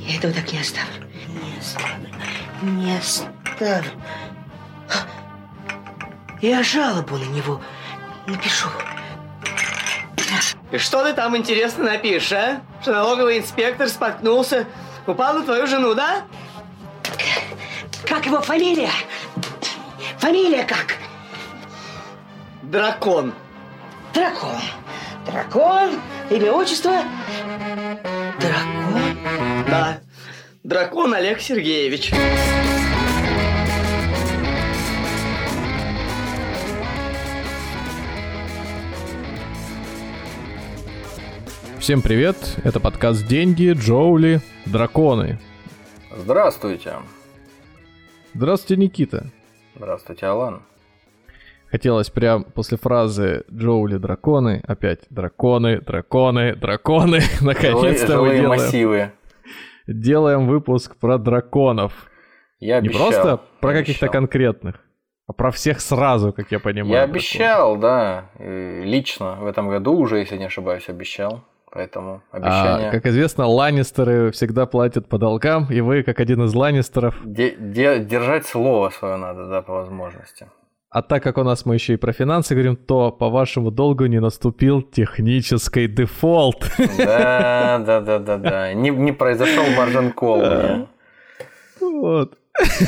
Я этого так не оставлю. Не оставлю. Я жалобу на него напишу. И что ты там, интересно, напишешь, а? Что налоговый инспектор споткнулся, упал на твою жену, да? Как его фамилия? Фамилия как? Дракон. Дракон? Имя, отчество? Дракон? Да. Дракон Олег Сергеевич. Всем привет, это подкаст «Деньги, Джоули, Драконы». Здравствуйте. Здравствуйте, Никита. Здравствуйте, Алан. Хотелось прям после фразы «Джоули, драконы» опять «Драконы». Наконец-то мы делаем выпуск про драконов. Я Не обещал. просто про каких-то конкретных, а про всех сразу, как я понимаю. Я обещал, да. Лично в этом году уже, если не ошибаюсь, обещал. Поэтому обещание... Как известно, Ланнистеры всегда платят по долгам, и вы, как один из Ланнистеров... Держать слово свое надо, да, по возможности. А так как у нас мы еще и про финансы говорим, то по вашему долгу не наступил технический дефолт. Да. Не произошел маржин колл. Вот.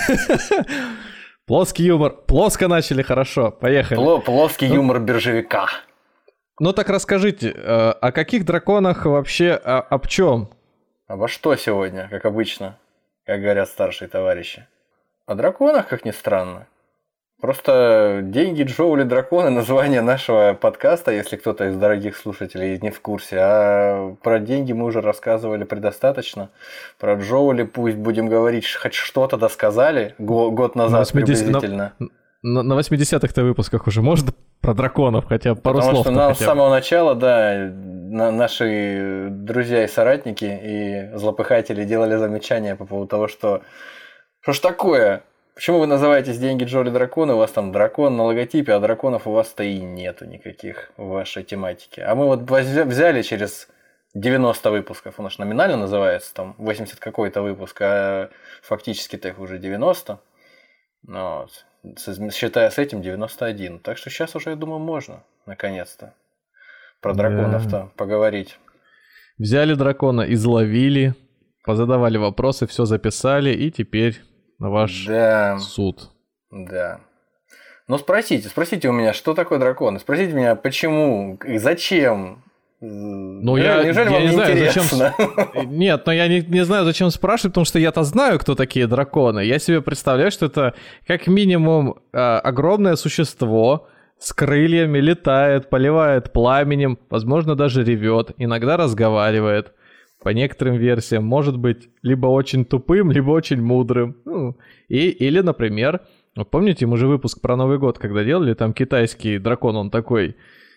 Плоский юмор. Плоско начали, хорошо. Поехали. Плоский юмор биржевика. Ну так расскажите, о каких драконах вообще, об чем? Обо что сегодня, как обычно, как говорят старшие товарищи? О драконах, как ни странно. Просто «Деньги, Джоули, драконы» — название нашего подкаста, если кто-то из дорогих слушателей не в курсе. А про деньги мы уже рассказывали предостаточно. Про Джоули пусть будем говорить, хоть что-то досказали год назад приблизительно. На 80-х-то выпусках уже можно про драконов, хотя пару слов. Потому что нам с самого начала, да, наши друзья и соратники и злопыхатели делали замечания по поводу того, что ж такое? Почему вы называетесь «Деньги, Джоули, драконы», у вас там дракон на логотипе, а драконов у вас-то и нету никаких в вашей тематике. А мы вот взяли через 90 выпусков, у нас номинально называется там 80 какой-то выпуск, а фактически-то их уже 90. Вот. Считая с этим 91. Так что сейчас уже, я думаю, можно, наконец-то, про драконов-то поговорить. Взяли дракона, изловили, позадавали вопросы, все записали, и теперь на ваш суд. Да. Но спросите у меня, что такое драконы? Спросите меня, почему, зачем? Ну, неужели вам не знаю, интересно? Нет, но я не знаю, зачем спрашивать, потому что я-то знаю, кто такие драконы. Я себе представляю, что это как минимум огромное существо с крыльями, летает, поливает пламенем, возможно, даже ревет, иногда разговаривает. По некоторым версиям может быть либо очень тупым, либо очень мудрым. Или, например, вот помните, мы же выпуск про Новый год, когда делали, там китайский дракон, он такой...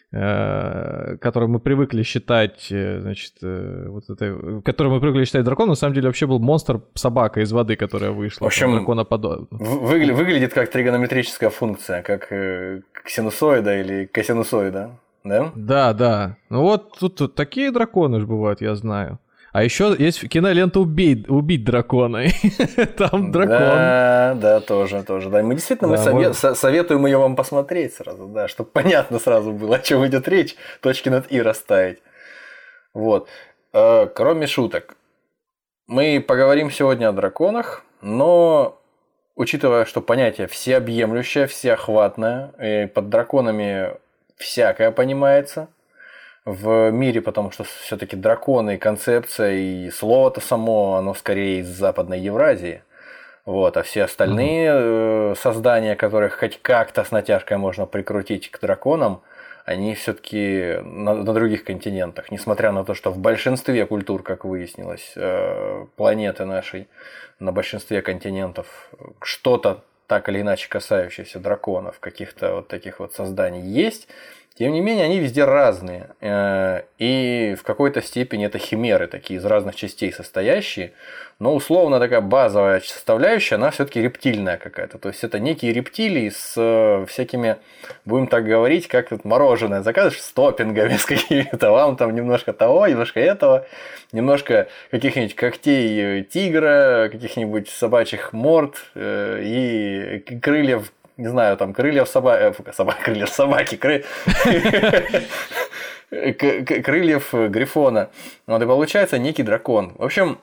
который мы привыкли считать, значит, который мы привыкли считать драконом, на самом деле вообще был монстр-собака из воды, которая вышла. В общем, драконоподобный. Выглядит как тригонометрическая функция, как синусоида или косинусоида, да? Да. Ну вот тут такие драконы же бывают, я знаю. А еще есть кинолента «Убить дракона». Там дракон. Да, тоже. Да, мы действительно советуем ее вам посмотреть сразу, да, чтобы понятно сразу было, о чем идет речь, точки над «и» расставить. Вот. Кроме шуток, мы поговорим сегодня о драконах, но учитывая, что понятие всеобъемлющее, всеохватное, и под драконами всякое понимается в мире, потому что все-таки драконы, концепция и слово-то само, оно скорее из Западной Евразии. Вот, а все остальные создания, которых хоть как-то с натяжкой можно прикрутить к драконам, они все-таки на других континентах. Несмотря на то, что в большинстве культур, как выяснилось, планеты нашей, на большинстве континентов что-то так или иначе касающееся драконов, каких-то вот таких вот созданий есть. Тем не менее, они везде разные. И в какой-то степени это химеры, такие из разных частей состоящие. Но условно такая базовая составляющая, она все-таки рептильная какая-то. То есть это некие рептилии с всякими, будем так говорить, как вот мороженое. Заказываешь с топпингами, с какими-то, вам там немножко того, немножко этого, немножко каких-нибудь когтей тигра, каких-нибудь собачьих морд и крыльев. Не знаю, там крыльев крыльев собаки, крыльев грифона. Вот и получается некий дракон. В общем,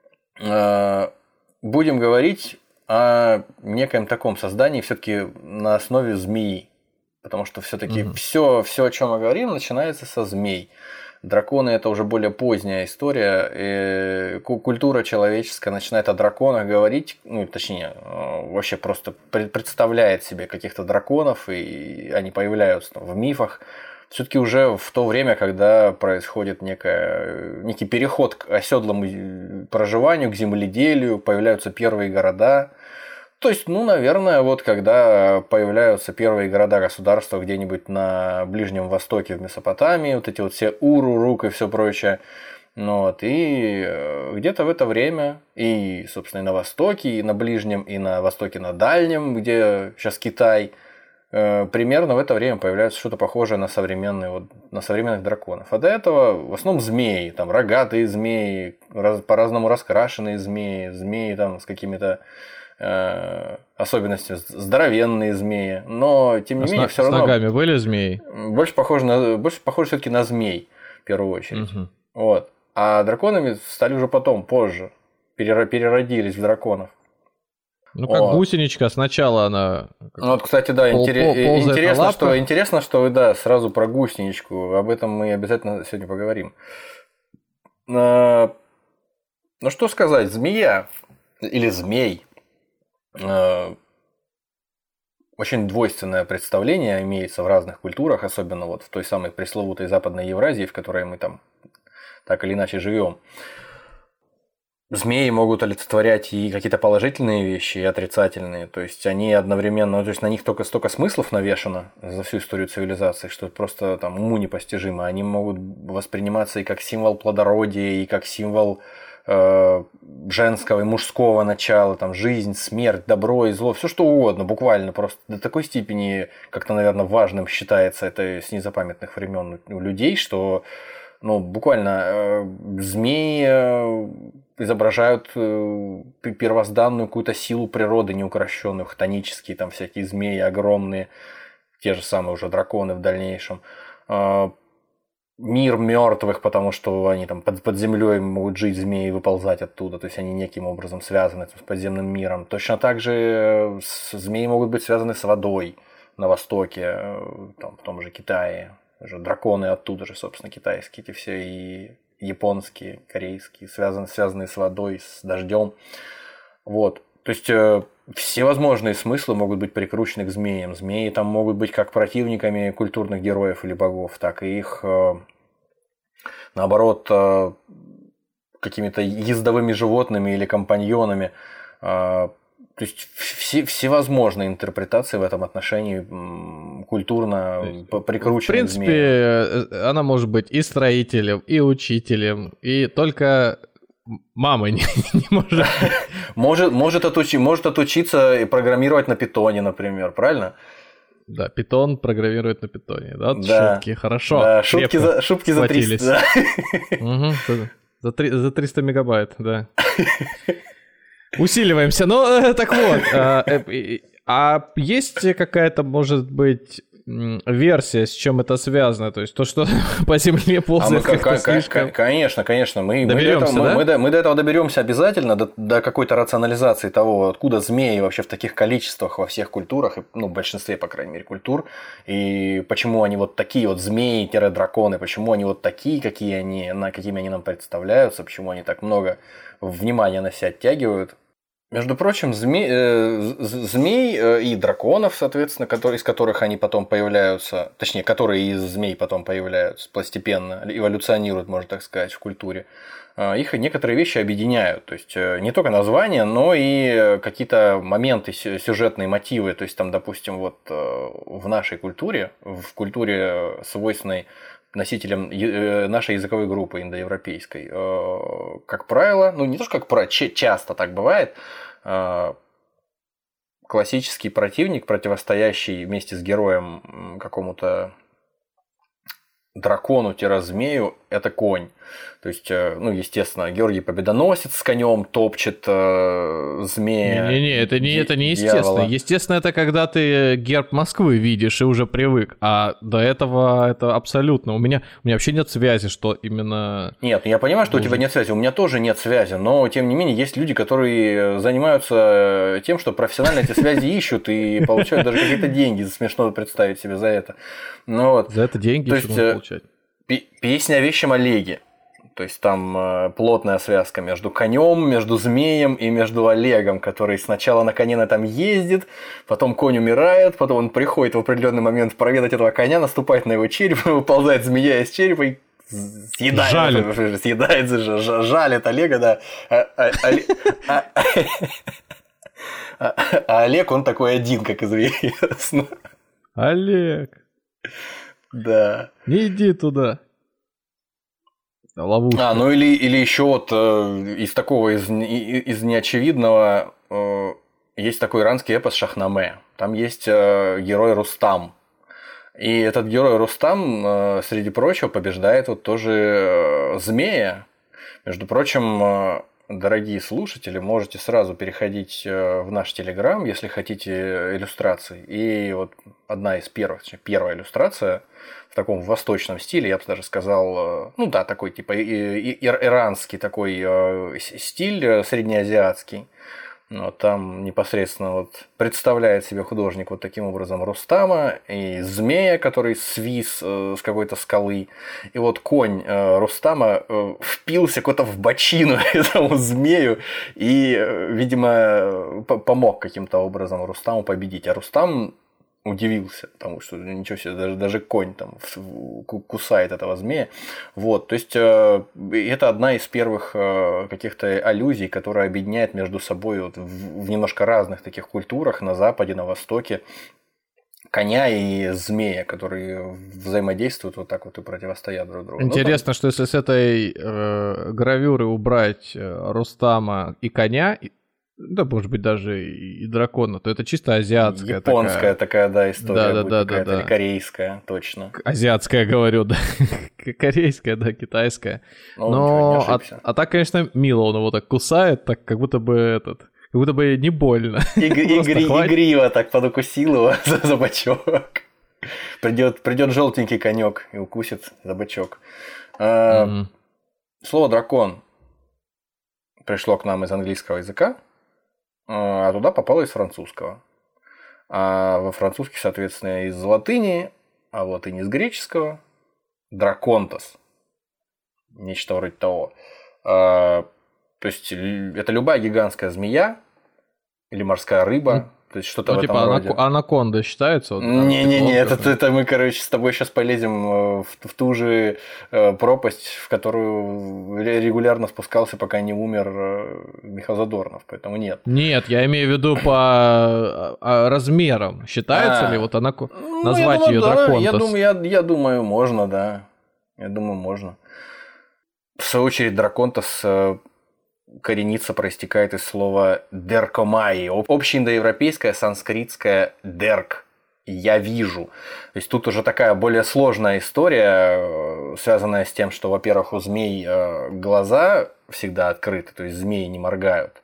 будем говорить о некоем таком создании все-таки на основе змеи. Потому что все-таки все, о чем мы говорим, начинается со змей. Драконы – это уже более поздняя история. Культура человеческая начинает о драконах говорить, ну, точнее, вообще просто представляет себе каких-то драконов, и они появляются в мифах. Все-таки уже в то время, когда происходит некий переход к оседлому проживанию, к земледелию, появляются первые города. То есть, ну, наверное, вот когда появляются первые города-государства где-нибудь на Ближнем Востоке, в Месопотамии, вот эти вот все Урук и все прочее, ну, вот, и где-то в это время, и, собственно, и на Востоке, и на Ближнем, и на Востоке, на Дальнем, где сейчас Китай, примерно в это время появляется что-то похожее на современных драконов. А до этого в основном змеи, там рогатые змеи, по-разному раскрашенные змеи там с какими-то особенности, здоровенные змеи, но тем не менее все равно. С ногами были змеи? Больше похоже все-таки на змей в первую очередь. Вот. А драконами стали уже потом, позже, переродились в драконов. Ну как гусеничка, сначала она. Ну вот, кстати, да, интересно, что вы сразу про гусеничку. Об этом мы обязательно сегодня поговорим. Ну что сказать, змея или змей. Очень двойственное представление имеется в разных культурах, особенно вот в той самой пресловутой Западной Евразии, в которой мы там так или иначе живем. Змеи могут олицетворять и какие-то положительные вещи, и отрицательные. То есть они одновременно, то есть на них только столько смыслов навешано за всю историю цивилизации, что просто там уму непостижимо. Они могут восприниматься и как символ плодородия, и как символ женского и мужского начала, там, жизнь, смерть, добро и зло, все что угодно, буквально просто до такой степени как-то, наверное, важным считается это с незапамятных времен у людей, что буквально змеи изображают первозданную какую-то силу природы неукрощенную, хтонические там всякие змеи огромные, те же самые уже драконы в дальнейшем. Мир мертвых, потому что они там под землей могут жить змеи и выползать оттуда, то есть они неким образом связаны с подземным миром. Точно так же змеи могут быть связаны с водой на Востоке, там, в том же Китае. Драконы оттуда же, собственно, китайские эти все, и японские, корейские, связанные с водой, с дождем. Вот. То есть всевозможные смыслы могут быть прикручены к змеям. Змеи там могут быть как противниками культурных героев или богов, так и их, наоборот, какими-то ездовыми животными или компаньонами. То есть всевозможные интерпретации в этом отношении культурно прикручены к змеям. В принципе, она может быть и строителем, и учителем, и только мамой не может. Может отучиться и программировать на питоне, например, правильно? Да, питон программирует на питоне. Да, шутки, хорошо. Да, шутки за 300. За 300 мегабайт, да. Усиливаемся. Ну, так вот. А есть какая-то, может быть, версия, с чем это связано? То есть то, что по земле ползает как-то слишком... Конечно. Мы до этого доберемся обязательно, до какой-то рационализации того, откуда змеи вообще в таких количествах во всех культурах, в большинстве, по крайней мере, культур, и почему они вот такие вот змеи-драконы, почему они вот такие, какими они нам представляются, почему они так много внимания на себя оттягивают. Между прочим, змей и драконов, соответственно, из которых они потом появляются, точнее, которые из змей потом появляются постепенно, эволюционируют, можно так сказать, в культуре, их некоторые вещи объединяют. То есть не только названия, но и какие-то моменты, сюжетные мотивы. То есть, там, допустим, вот в нашей культуре, в культуре, свойственной носителям нашей языковой группы индоевропейской, как правило, ну не то, что как правило, часто так бывает, классический противник, противостоящий вместе с героем какому-то дракону-змею, это конь. То есть, ну, естественно, Георгий Победоносец с конем топчет змея. Не-не-не, это не естественно. Естественно, это когда ты герб Москвы видишь и уже привык. А до этого это абсолютно. У меня вообще нет связи, что именно... Нет, я понимаю, что у тебя нет связи. У меня тоже нет связи. Но, тем не менее, есть люди, которые занимаются тем, что профессионально эти связи ищут и получают даже какие-то деньги. Смешно представить себе за это. Ну, вот. За это деньги еще можно получать. Песня о вещем Олеге. То есть там плотная связка между конем, между змеем и между Олегом, который сначала на коне на этом ездит, потом конь умирает, потом он приходит в определенный момент проведать этого коня, наступает на его череп, выползает змея из черепа и жалит Олега, да. А Олег, он такой один, как известно. Олег. Да. Не иди туда. Ловушка. Ну или еще вот из такого, из неочевидного, есть такой иранский эпос Шахнаме. Там есть герой Рустам. И этот герой Рустам, среди прочего, побеждает вот тоже змея. Между прочим, дорогие слушатели, можете сразу переходить в наш Телеграм, если хотите иллюстраций. И вот одна из первых, первая иллюстрация в таком восточном стиле, я бы даже сказал, ну да, такой типа иранский такой стиль, среднеазиатский. Вот там непосредственно вот представляет себе художник вот таким образом Рустама и змея, который свис с какой-то скалы. И вот конь Рустама впился куда-то в бочину этому змею и, видимо, помог каким-то образом Рустаму победить. А Рустам удивился, потому что ничего себе, даже конь там кусает этого змея. Вот, то есть это одна из первых каких-то аллюзий, которая объединяет между собой вот в немножко разных таких культурах на Западе, на Востоке коня и змея, которые взаимодействуют вот так вот и противостоят друг другу. Интересно, что если с этой гравюры убрать Рустама и коня, да, может быть, даже и дракона, то это чисто азиатская японская такая, да, история. Да. Или корейская, точно. Азиатская, говорю, да. Корейская, да, китайская. Но, а так, конечно, мило он его так кусает, так как будто бы не больно. Игриво так подукусил его за бочок. Придет желтенький конек и укусит за бочок. Слово дракон пришло к нам из английского языка, а туда попало из французского. А во французский, соответственно, из латыни, а в латыни из греческого драконтос. Нечто вроде того. То есть это любая гигантская змея или морская рыба. То есть что-то в этом роде. Анаконда считается? Вот, не, это мы, короче, с тобой сейчас полезем в ту же пропасть, в которую регулярно спускался, пока не умер Михаил Задорнов, поэтому нет. Нет, я имею в виду по размерам. Считается ли вот назвать ее драконтос? Я думаю, можно, да. Я думаю, можно. В свою очередь, драконтос коренится, проистекает из слова «деркомай», общеиндоевропейское санскритское «дерк», «я вижу». То есть тут уже такая более сложная история, связанная с тем, что, во-первых, у змей глаза всегда открыты, то есть змеи не моргают.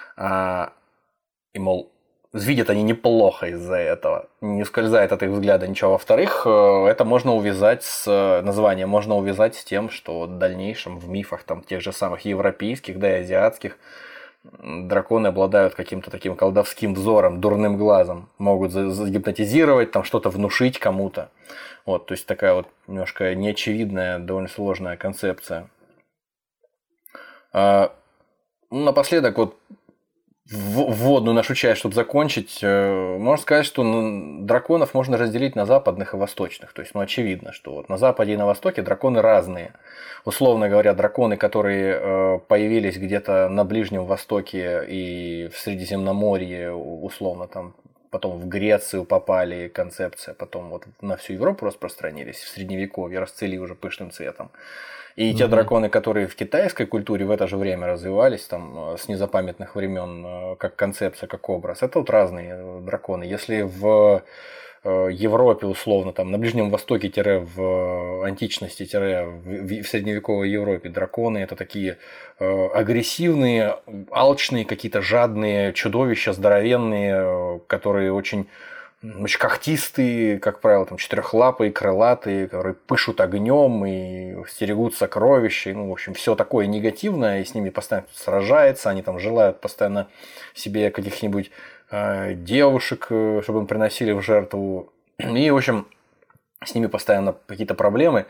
И, мол, видят они неплохо из-за этого, не ускользает от их взгляда ничего. Во-вторых, это можно увязать название можно увязать с тем, что в дальнейшем в мифах там, тех же самых европейских, да и азиатских драконы обладают каким-то таким колдовским взором, дурным глазом, могут загипнотизировать, там что-то внушить кому-то. Вот, то есть такая вот немножко неочевидная, довольно сложная концепция. Напоследок вот вводную нашу часть, чтобы закончить, можно сказать, что драконов можно разделить на западных и восточных. То есть, очевидно, что вот на Западе и на Востоке драконы разные. Условно говоря, драконы, которые появились где-то на Ближнем Востоке и в Средиземноморье, условно, там, потом в Грецию попали концепция, потом вот на всю Европу распространились, в Средневековье расцвели уже пышным цветом. И те драконы, которые в китайской культуре в это же время развивались, там, с незапамятных времен, как концепция, как образ, это вот разные драконы. Если в Европе, условно, там, на Ближнем Востоке, в античности, в средневековой Европе драконы это такие агрессивные, алчные, какие-то жадные чудовища, здоровенные, которые очень когтистые, как правило, там, четырехлапые, крылатые, которые пышут огнем и стерегут сокровища. В общем, все такое негативное, и с ними постоянно сражается, они там желают постоянно себе каких-нибудь девушек, чтобы им приносили в жертву. И, в общем, с ними постоянно какие-то проблемы.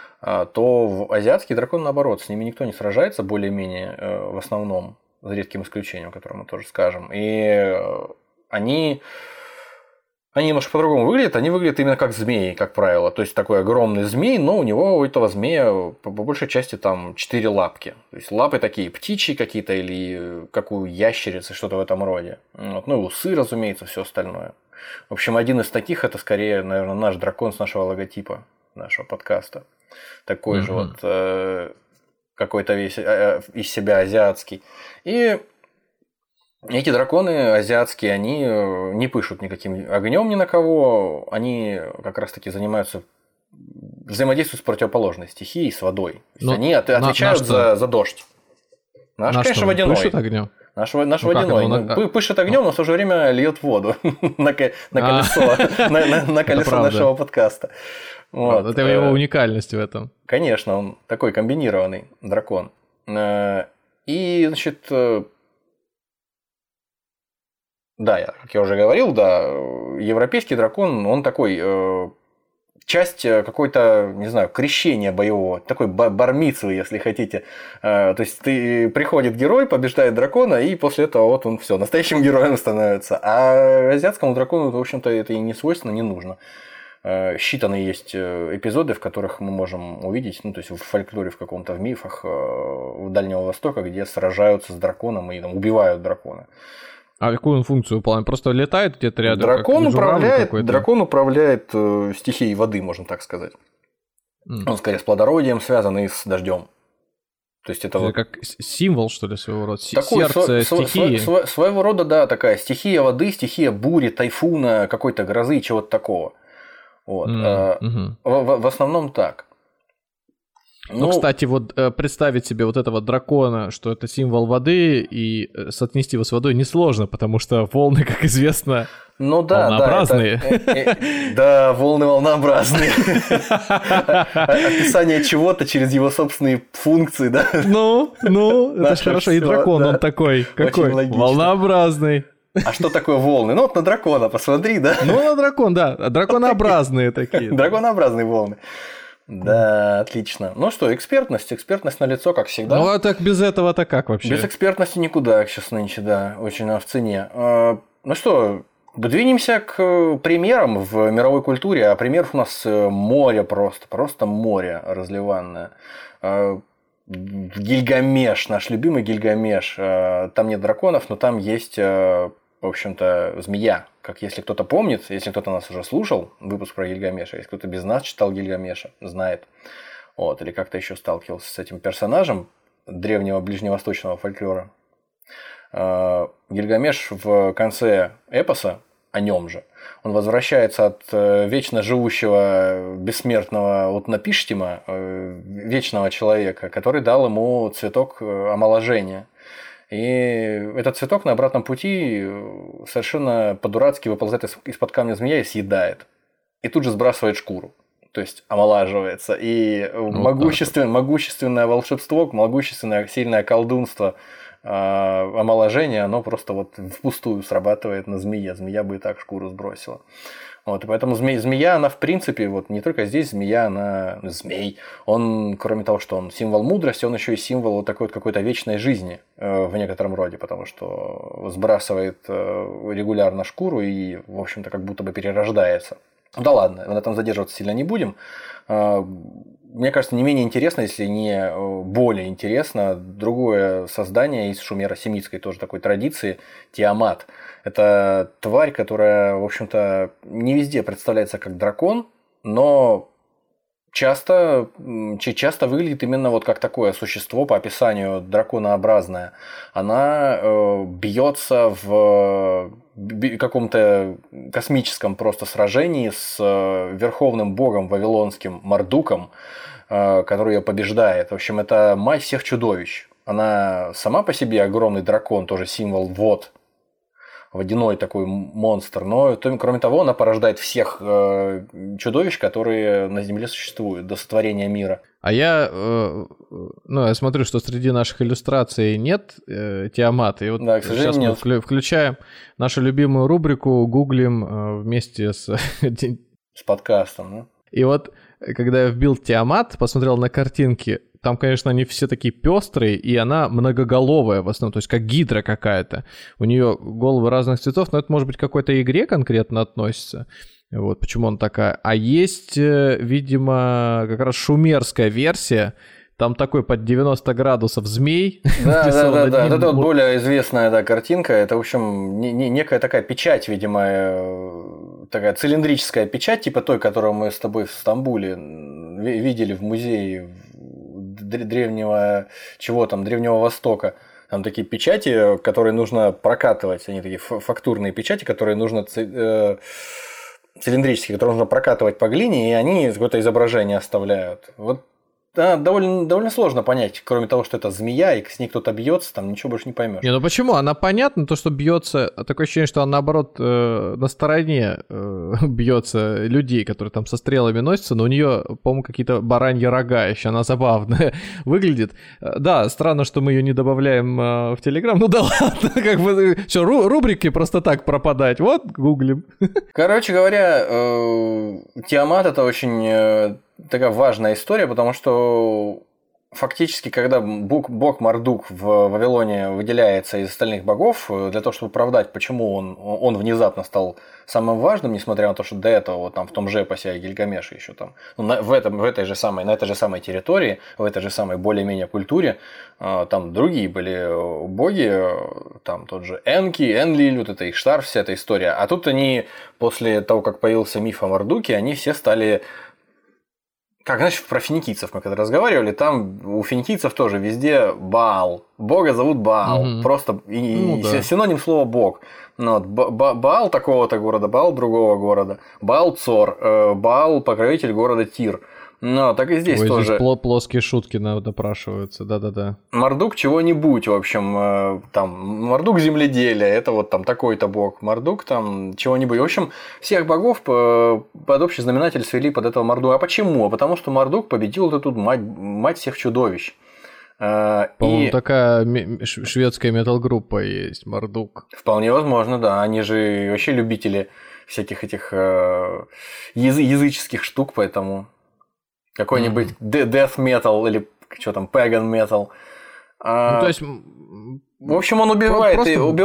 То азиатский дракон, наоборот, с ними никто не сражается, более-менее, в основном, за редким исключением, о котором мы тоже скажем. И они немножко по-другому выглядят. Они выглядят именно как змеи, как правило. То есть, такой огромный змей, но у него, у этого змея, по большей части, там 4 лапки. То есть, лапы такие птичьи какие-то или как у ящерицы, что-то в этом роде. Вот. Ну и усы, разумеется, все остальное. В общем, один из таких, это скорее, наверное, наш дракон с нашего логотипа, нашего подкаста. Такой же вот какой-то весь из себя азиатский. И эти драконы азиатские, они не пышут никаким огнем ни на кого, они как раз-таки взаимодействуют с противоположной стихией, с водой. Они отвечают за дождь. Наш, конечно, водяной. Пышет огнем? Наш водяной. Пышет огнем, но в то же время льет воду на колесо нашего подкаста. Вот. Это его уникальность в этом. Конечно, он такой комбинированный дракон. И, значит, да, как я уже говорил, да, европейский дракон, он такой часть какой-то, не знаю, крещения боевого, такой бар-мицвы, если хотите. То есть приходит герой, побеждает дракона, и после этого вот он все, настоящим героем становится. А азиатскому дракону, в общем-то, это и не свойственно, не нужно. Считанные есть эпизоды, в которых мы можем увидеть, то есть в фольклоре, в каком-то, в мифах у Дальнего Востока, где сражаются с драконом и там, убивают дракона. А какую он функцию выполняет? Просто летает где-то рядом? Дракон управляет стихией воды, можно так сказать. Он скорее с плодородием связан и с дождем. То есть это вот как символ, что ли, своего рода? Сердце стихии? Своего рода, да, такая стихия воды, стихия бури, тайфуна, какой-то грозы, чего-то такого. Вот. В основном так. Ну, кстати, вот представить себе вот этого дракона, что это символ воды, и соотнести его с водой несложно, потому что волны, как известно, волнообразные. Да, волны волнообразные. Описание чего-то через его собственные функции, да? Ну, это же хорошо. И дракон, он такой, какой? Волнообразный. А что такое волны? Ну, вот на дракона посмотри, да? Ну, на дракон, да. Драконообразные такие. Драконообразные волны. Да, отлично. Ну что, экспертность налицо, как всегда. Ну, а так без этого-то как вообще? Без экспертности никуда сейчас нынче, да, очень в цене. Ну что, двинемся к примерам в мировой культуре, а примеров у нас море просто море разливанное. Гильгамеш, наш любимый Гильгамеш, там нет драконов, но там есть, в общем-то, змея. Как если кто-то помнит, если кто-то нас уже слушал, выпуск про Гильгамеша, если кто-то без нас читал Гильгамеша, знает, вот, или как-то еще сталкивался с этим персонажем древнего ближневосточного фольклора. Гильгамеш в конце эпоса, о нем же, он возвращается от вечно живущего бессмертного Утнапиштима, вечного человека, который дал ему цветок омоложения. И этот цветок на обратном пути совершенно по-дурацки выползает из-под камня змея и съедает. И тут же сбрасывает шкуру. То есть омолаживается. И могущественное волшебство, могущественное сильное колдунство омоложение, оно просто вот впустую срабатывает на змее. Змея бы и так шкуру сбросила. Вот, и поэтому змея, она в принципе, вот не только здесь змея, она змей. Он, кроме того, что он символ мудрости, он еще и символ вот такой вот какой-то вечной жизни в некотором роде, потому что сбрасывает регулярно шкуру и, в общем-то, как будто бы перерождается. Да ладно, на этом задерживаться сильно не будем. Мне кажется, не менее интересно, если не более интересно, другое создание из шумеро-семитской тоже такой традиции – Тиамат. Это тварь, которая, в общем-то, не везде представляется как дракон, но часто выглядит именно вот как такое существо, по описанию драконообразное. Она бьется в каком-то космическом просто сражении с верховным богом вавилонским Мардуком, который ее побеждает. В общем, это мать всех чудовищ. Она сама по себе огромный дракон, тоже символ вод, водяной такой монстр, но кроме того, она порождает всех чудовищ, которые на Земле существуют до сотворения мира. А я смотрю, что среди наших иллюстраций нет Тиамата. И вот да, к сожалению, сейчас мы включаем нашу любимую рубрику, гуглим вместе с подкастом. Да? И вот, когда я вбил Тиамат, посмотрел на картинки, там, конечно, они все такие пестрые, и она многоголовая в основном, то есть как гидра какая-то. У нее головы разных цветов, но это, может быть, к какой-то игре конкретно относится. Вот почему она такая. А есть, видимо, как раз шумерская версия. Там такой под 90 градусов змей. Да. Это вот более известная картинка. Это, в общем, некая такая печать, видимо, такая цилиндрическая печать, типа той, которую мы с тобой в Стамбуле видели в музее древнего Востока. Там такие печати, которые нужно прокатывать. Они такие фактурные печати, которые нужно цилиндрические, которые нужно прокатывать по глине, и они какое-то изображение оставляют. Вот. Да, довольно сложно понять, кроме того, что это змея, и с ней кто-то бьется, там ничего больше не поймешь. Не, ну почему? Она понятна, то, что бьется, такое ощущение, что она наоборот на стороне бьется людей, которые там со стрелами носятся, но у нее, по-моему, какие-то бараньи рога еще, она забавная выглядит. Да, странно, что мы ее не добавляем в Телеграм. Ну да ладно, как бы все, рубрики просто так пропадать. Вот, гуглим. Короче говоря, Тиамат — это очень такая важная история, потому что фактически, когда бог Мардук в Вавилоне выделяется из остальных богов, для того, чтобы оправдать, почему он внезапно стал самым важным, несмотря на то, что до этого там, в том же эпосе Гильгамеша еще там, на этой же самой территории, в этой же самой более-менее культуре, там другие были боги, там тот же Энлиль, вот это Иштар, вся эта история. А тут они, после того, как появился миф о Мардуке, они все стали... Как, знаешь, про финикийцев мы когда разговаривали, там у финикийцев тоже везде Баал. Бога зовут Баал. Просто синоним слова бог. Вот, Баал такого-то города, Баал другого города. Баал Цор, Баал покровитель города Тир. Но так и здесь тоже. Здесь плоские шутки напрашиваются, да-да-да. Мардук чего-нибудь, в общем, там, Мардук земледелия, это вот там такой-то бог, Мардук там чего-нибудь. В общем, всех богов под общий знаменатель свели под этого Мардука. А почему? Потому что Мардук победил вот эту мать всех чудовищ. По-моему, такая шведская метал-группа есть, Мардук. Вполне возможно, да. Они же вообще любители всяких этих языческих штук, поэтому... Какой-нибудь death metal или что там, pagan metal. Ну, то есть... В общем, он убивает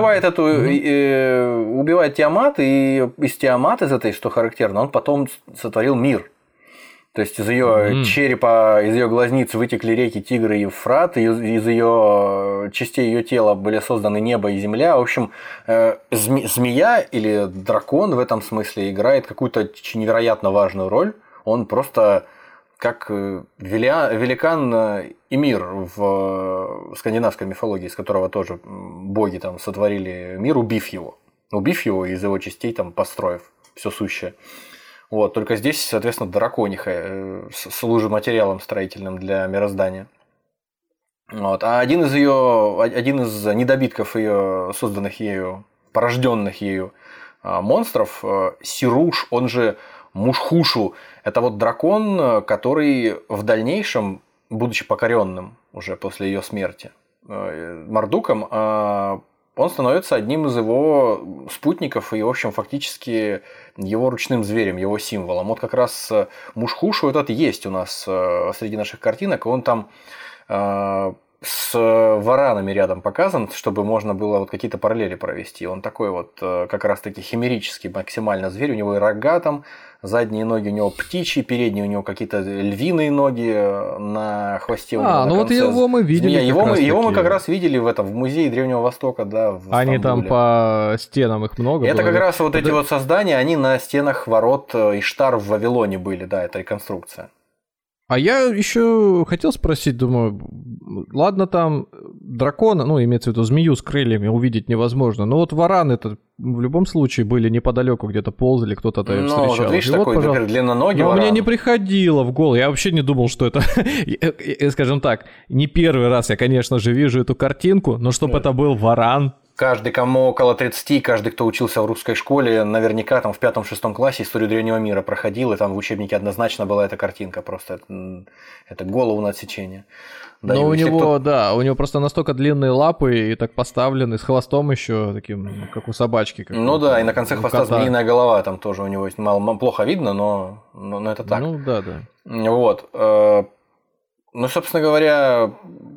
Тиамат, и из Тиамат, из этой, что характерно, он потом сотворил мир. То есть из ее черепа, из ее глазниц вытекли реки Тигр и Евфрат, из ее частей ее тела были созданы небо и земля. В общем, змея или дракон в этом смысле играет какую-то невероятно важную роль. Он просто как великан Ymir в скандинавской мифологии, из которого тоже боги там сотворили мир, убив его из его частей, там, построив все сущее. Вот, только здесь, соответственно, дракониха служит материалом строительным для мироздания. Вот. А один из недобитков ее, созданных ею, порожденных ею монстров, Сируш, он же Мушхушу, это вот дракон, который в дальнейшем, будучи покоренным уже после ее смерти, Мардуком, он становится одним из его спутников и, в общем, фактически его ручным зверем, его символом. Вот как раз Мушхуш этот есть у нас среди наших картинок, он там с варанами рядом показан, чтобы можно было вот какие-то параллели провести. Он такой вот как раз-таки химерический максимально зверь, у него и рога там, задние ноги у него птичьи, передние у него какие-то львиные ноги на хвосте. Ну вот его мы видели. Его мы как раз видели в Музее Древнего Востока, да, в Они там по стенам их много. Это было. Как раз вот эти вот создания, они на стенах ворот Иштар в Вавилоне были, да, это реконструкция. А я еще хотел спросить, думаю, ладно, там дракона, имеется в виду змею с крыльями увидеть невозможно, но вот вараны-то в любом случае были неподалеку, где-то ползали, кто-то там встречал. Вот видишь, такой, например, длинноногий варан. Мне не приходило в голову, я вообще не думал, что это, скажем так, не первый раз я, конечно же, вижу эту картинку, но чтобы это был варан. Каждый, кому около 30, каждый, кто учился в русской школе, наверняка там в 5-6 классе историю древнего мира проходил, и там в учебнике однозначно была эта картинка, просто это голову на отсечение. Да, но у него просто настолько длинные лапы и так поставлены, с хвостом еще таким, как у собачки. Да, и на конце хвоста змеиная голова там тоже у него есть. Плохо видно, но это так. Да. Вот. Собственно говоря,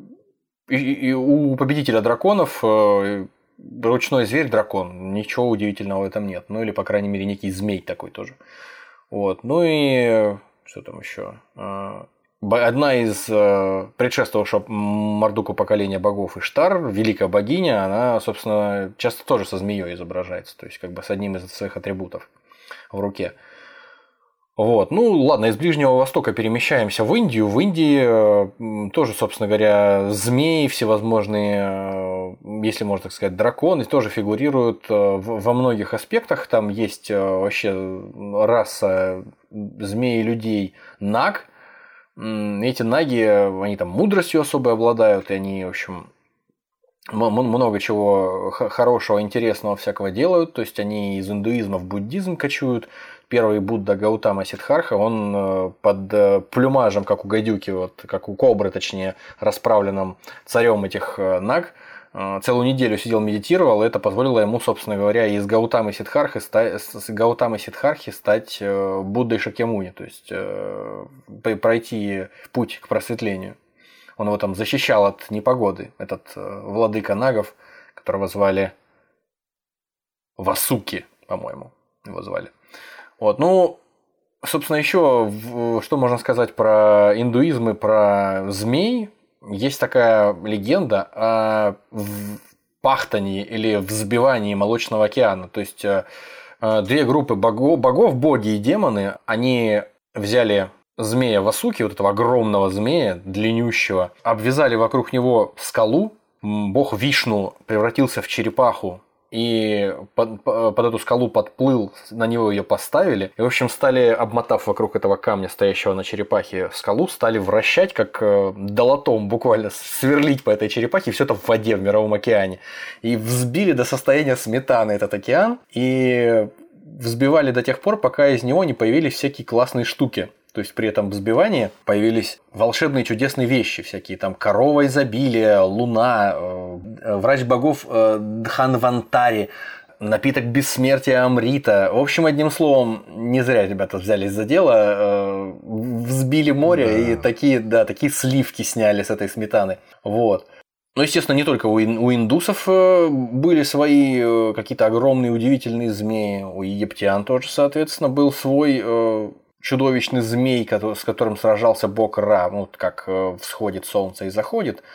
и у победителя драконов ручной зверь дракон, ничего удивительного в этом нет. Или, по крайней мере, некий змей такой тоже. Вот. И что там еще? Одна из предшествовавшего Мардуку поколения богов Иштар, великая богиня, она, собственно, часто тоже со змеей изображается, то есть как бы с одним из своих атрибутов в руке. Вот. Ладно, из Ближнего Востока перемещаемся в Индию. В Индии тоже, собственно говоря, змеи всевозможные, если можно так сказать, драконы тоже фигурируют во многих аспектах. Там есть вообще раса змеи-людей наг. Эти наги, они там мудростью особой обладают, и они, в общем, много чего хорошего, интересного всякого делают. То есть они из индуизма в буддизм кочуют. Первый Будда Гаутама Сиддхартха, он под плюмажем, как у гадюки, вот, как у кобры, точнее, расправленным царем этих наг, целую неделю сидел, медитировал, и это позволило ему, собственно говоря, из Гаутамы Сиддхартхи стать Буддой Шакьямуни, то есть пройти путь к просветлению. Он его там защищал от непогоды, этот владыка нагов, которого звали Васуки, по-моему, его звали. Вот. Собственно, еще что можно сказать про индуизм и про змей. Есть такая легенда о пахтании или взбивании Молочного океана. То есть, две группы богов, боги и демоны, они взяли змея Васуки, вот этого огромного змея, длиннющего, обвязали вокруг него скалу. Бог Вишну превратился в черепаху, и под эту скалу подплыл, на него ее поставили. И, в общем, стали, обмотав вокруг этого камня, стоящего на черепахе, скалу, стали вращать, как долотом буквально сверлить по этой черепахе, и все это в воде, в мировом океане. И взбили до состояния сметаны этот океан, и взбивали до тех пор, пока из него не появились всякие классные штуки. То есть при этом взбивании появились волшебные чудесные вещи, всякие там корова изобилия, луна, врач богов Дханвантари, напиток бессмертия Амрита. В общем, одним словом, не зря ребята взялись за дело, взбили море, да. И такие сливки сняли с этой сметаны. Вот. Естественно, не только у индусов были свои какие-то огромные удивительные змеи, у египтян тоже, соответственно, был свой чудовищный змей, с которым сражался бог Ра, как всходит солнце и заходит.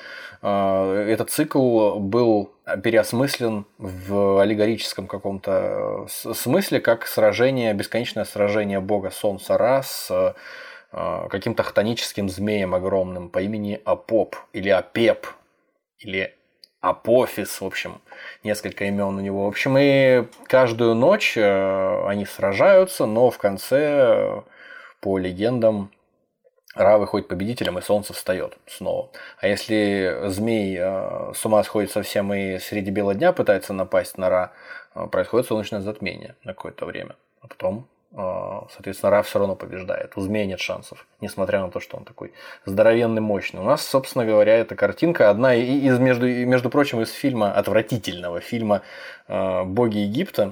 Этот цикл был переосмыслен в аллегорическом каком-то смысле, как бесконечное сражение бога солнца Ра с каким-то хтоническим змеем огромным по имени Апоп или Апеп или Апофис, в общем, несколько имен у него. В общем, и каждую ночь они сражаются, но в конце, по легендам, Ра выходит победителем, и солнце встает снова. А если змей с ума сходит совсем и среди бела дня пытается напасть на Ра, происходит солнечное затмение на какое-то время. А потом соответственно, Ра все равно побеждает. У змея нет шансов, несмотря на то, что он такой здоровенный, мощный. У нас, собственно говоря, эта картинка одна из, между прочим, из фильма, отвратительного фильма «Боги Египта».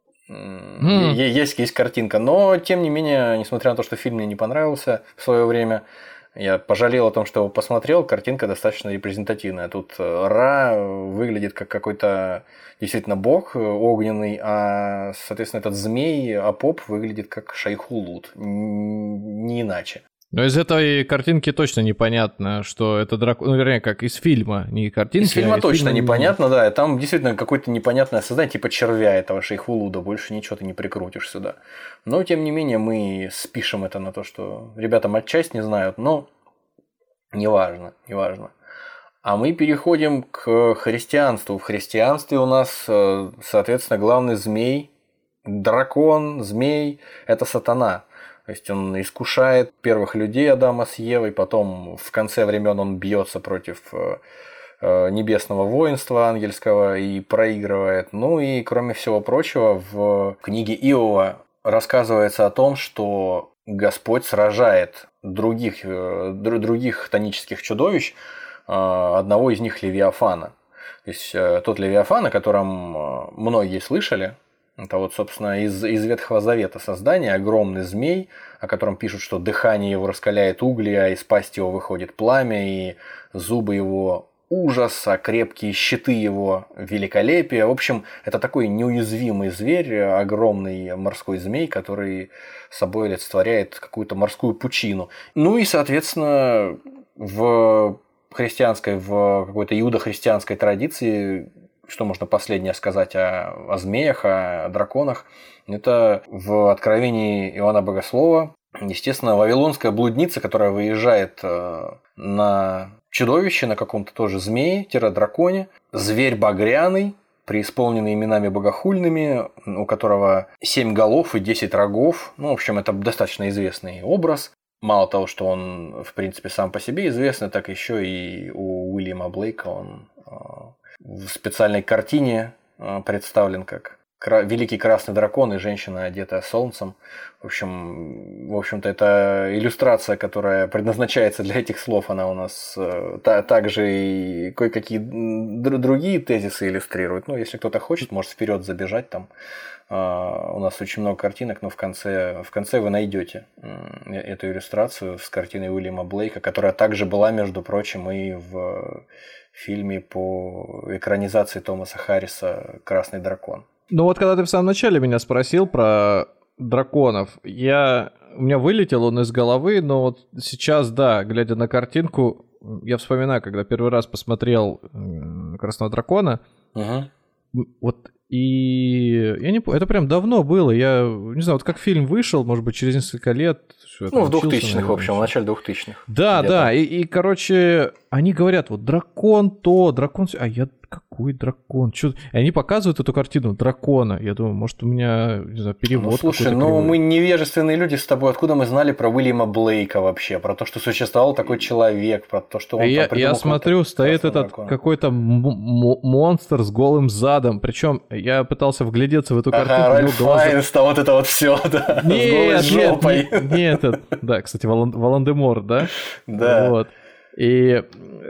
Есть картинка, но, тем не менее, несмотря на то, что фильм мне не понравился в свое время, я пожалел о том, что его посмотрел, картинка достаточно репрезентативная. Тут Ра выглядит как какой-то действительно бог огненный, а, соответственно, этот змей Апоп выглядит как Шайхулут, не иначе. Но из этой картинки точно непонятно, что это дракон, ну, вернее, как из фильма, не картинки. Из фильма точно непонятно, да, там действительно какое-то непонятное создание, типа червя этого Шейхулуда, больше ничего ты не прикрутишь сюда. Но, тем не менее, мы спишем это на то, что ребята матчасть не знают, но неважно. А мы переходим к христианству. В христианстве у нас, соответственно, главный змей, дракон, змей – это сатана. То есть он искушает первых людей Адама с Евой, потом в конце времен он бьется против небесного воинства ангельского и проигрывает. Ну и, кроме всего прочего, в книге Иова рассказывается о том, что Господь сражает других хтонических чудовищ, одного из них Левиафана. То есть тот Левиафан, о котором многие слышали, это вот, собственно, из Ветхого Завета создание, огромный змей, о котором пишут, что дыхание его раскаляет угли, а из пасти его выходит пламя, и зубы его ужас, а крепкие щиты его великолепие. В общем, это такой неуязвимый зверь, огромный морской змей, который собой олицетворяет какую-то морскую пучину. Ну и, соответственно, в христианской, в какой-то иудохристианской традиции, что можно последнее сказать о змеях, о драконах, это в Откровении Иоанна Богослова, естественно, вавилонская блудница, которая выезжает на чудовище, на каком-то тоже змее-драконе, зверь багряный, преисполненный именами богохульными, у которого 7 голов и 10 рогов. Ну, в общем, это достаточно известный образ. Мало того, что он, в принципе, сам по себе известный, так еще и у Уильяма Блейка он в специальной картине представлен как великий красный дракон и женщина, одетая солнцем. В общем-то, это иллюстрация, которая предназначается для этих слов. Она у нас также и кое-какие другие тезисы иллюстрирует. Ну, если кто-то хочет, может вперед забежать там. У нас очень много картинок, но в конце вы найдете эту иллюстрацию с картиной Уильяма Блейка, которая также была, между прочим, и в фильме по экранизации Томаса Харриса «Красный дракон». Ну вот когда ты в самом начале меня спросил про драконов, у меня вылетел он из головы, но вот сейчас, да, глядя на картинку, я вспоминаю, когда первый раз посмотрел «Красного дракона», вот, и я не помню, это прям давно было, я не знаю, вот как фильм вышел, может быть, через несколько лет. Ну, в 2000-х, в общем, в начале 2000-х. Да, где-то. Да, и, короче, они говорят, вот дракон то, дракон все, а я какой дракон? Чё? И они показывают эту картину дракона. Я думаю, может, у меня, не знаю, перевод. Ну, слушай, мы невежественные люди с тобой. Откуда мы знали про Уильяма Блейка вообще? Про то, что существовал такой человек, про то, что он там придумал. Я смотрю, стоит этот какой-то монстр с голым задом. Причем я пытался вглядеться в эту картину. Ральф Файнс, вот это вот все, да. Нет, да, кстати, Волан-де-Морт, да? Да. Вот. И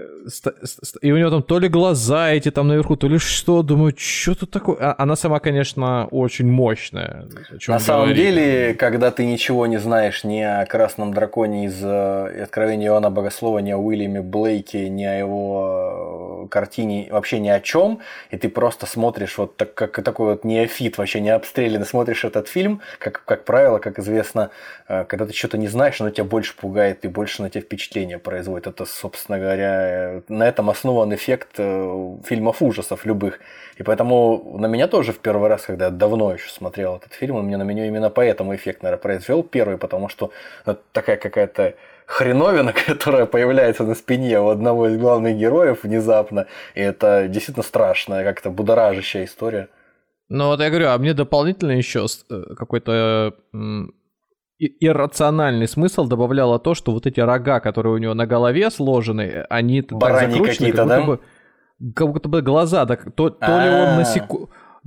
у него там то ли глаза эти там наверху, то ли что, думаю, что тут такое? Она сама, конечно, очень мощная. На самом деле, когда ты ничего не знаешь ни о Красном драконе из Откровения Иоанна Богослова, ни о Уильяме Блейке, ни о его картине, вообще ни о чем, и ты просто смотришь вот так, как такой вот неофит, вообще не обстрелянный, смотришь этот фильм, как правило, как известно, когда ты что-то не знаешь, оно тебя больше пугает и больше на тебя впечатление производит. Это, собственно говоря, на этом основан эффект фильмов ужасов любых. И поэтому на меня тоже в первый раз, когда я давно еще смотрел этот фильм, он на меня именно поэтому эффект, наверное, произвел первый, потому что это такая какая-то хреновина, которая появляется на спине у одного из главных героев внезапно. И это действительно страшная, как-то будоражащая история. Ну вот я говорю, а мне дополнительно еще какой-то иррациональный смысл добавляло то, что вот эти рога, которые у него на голове сложены, они так закручены, какие-то, да? Как будто бы глаза, то ли он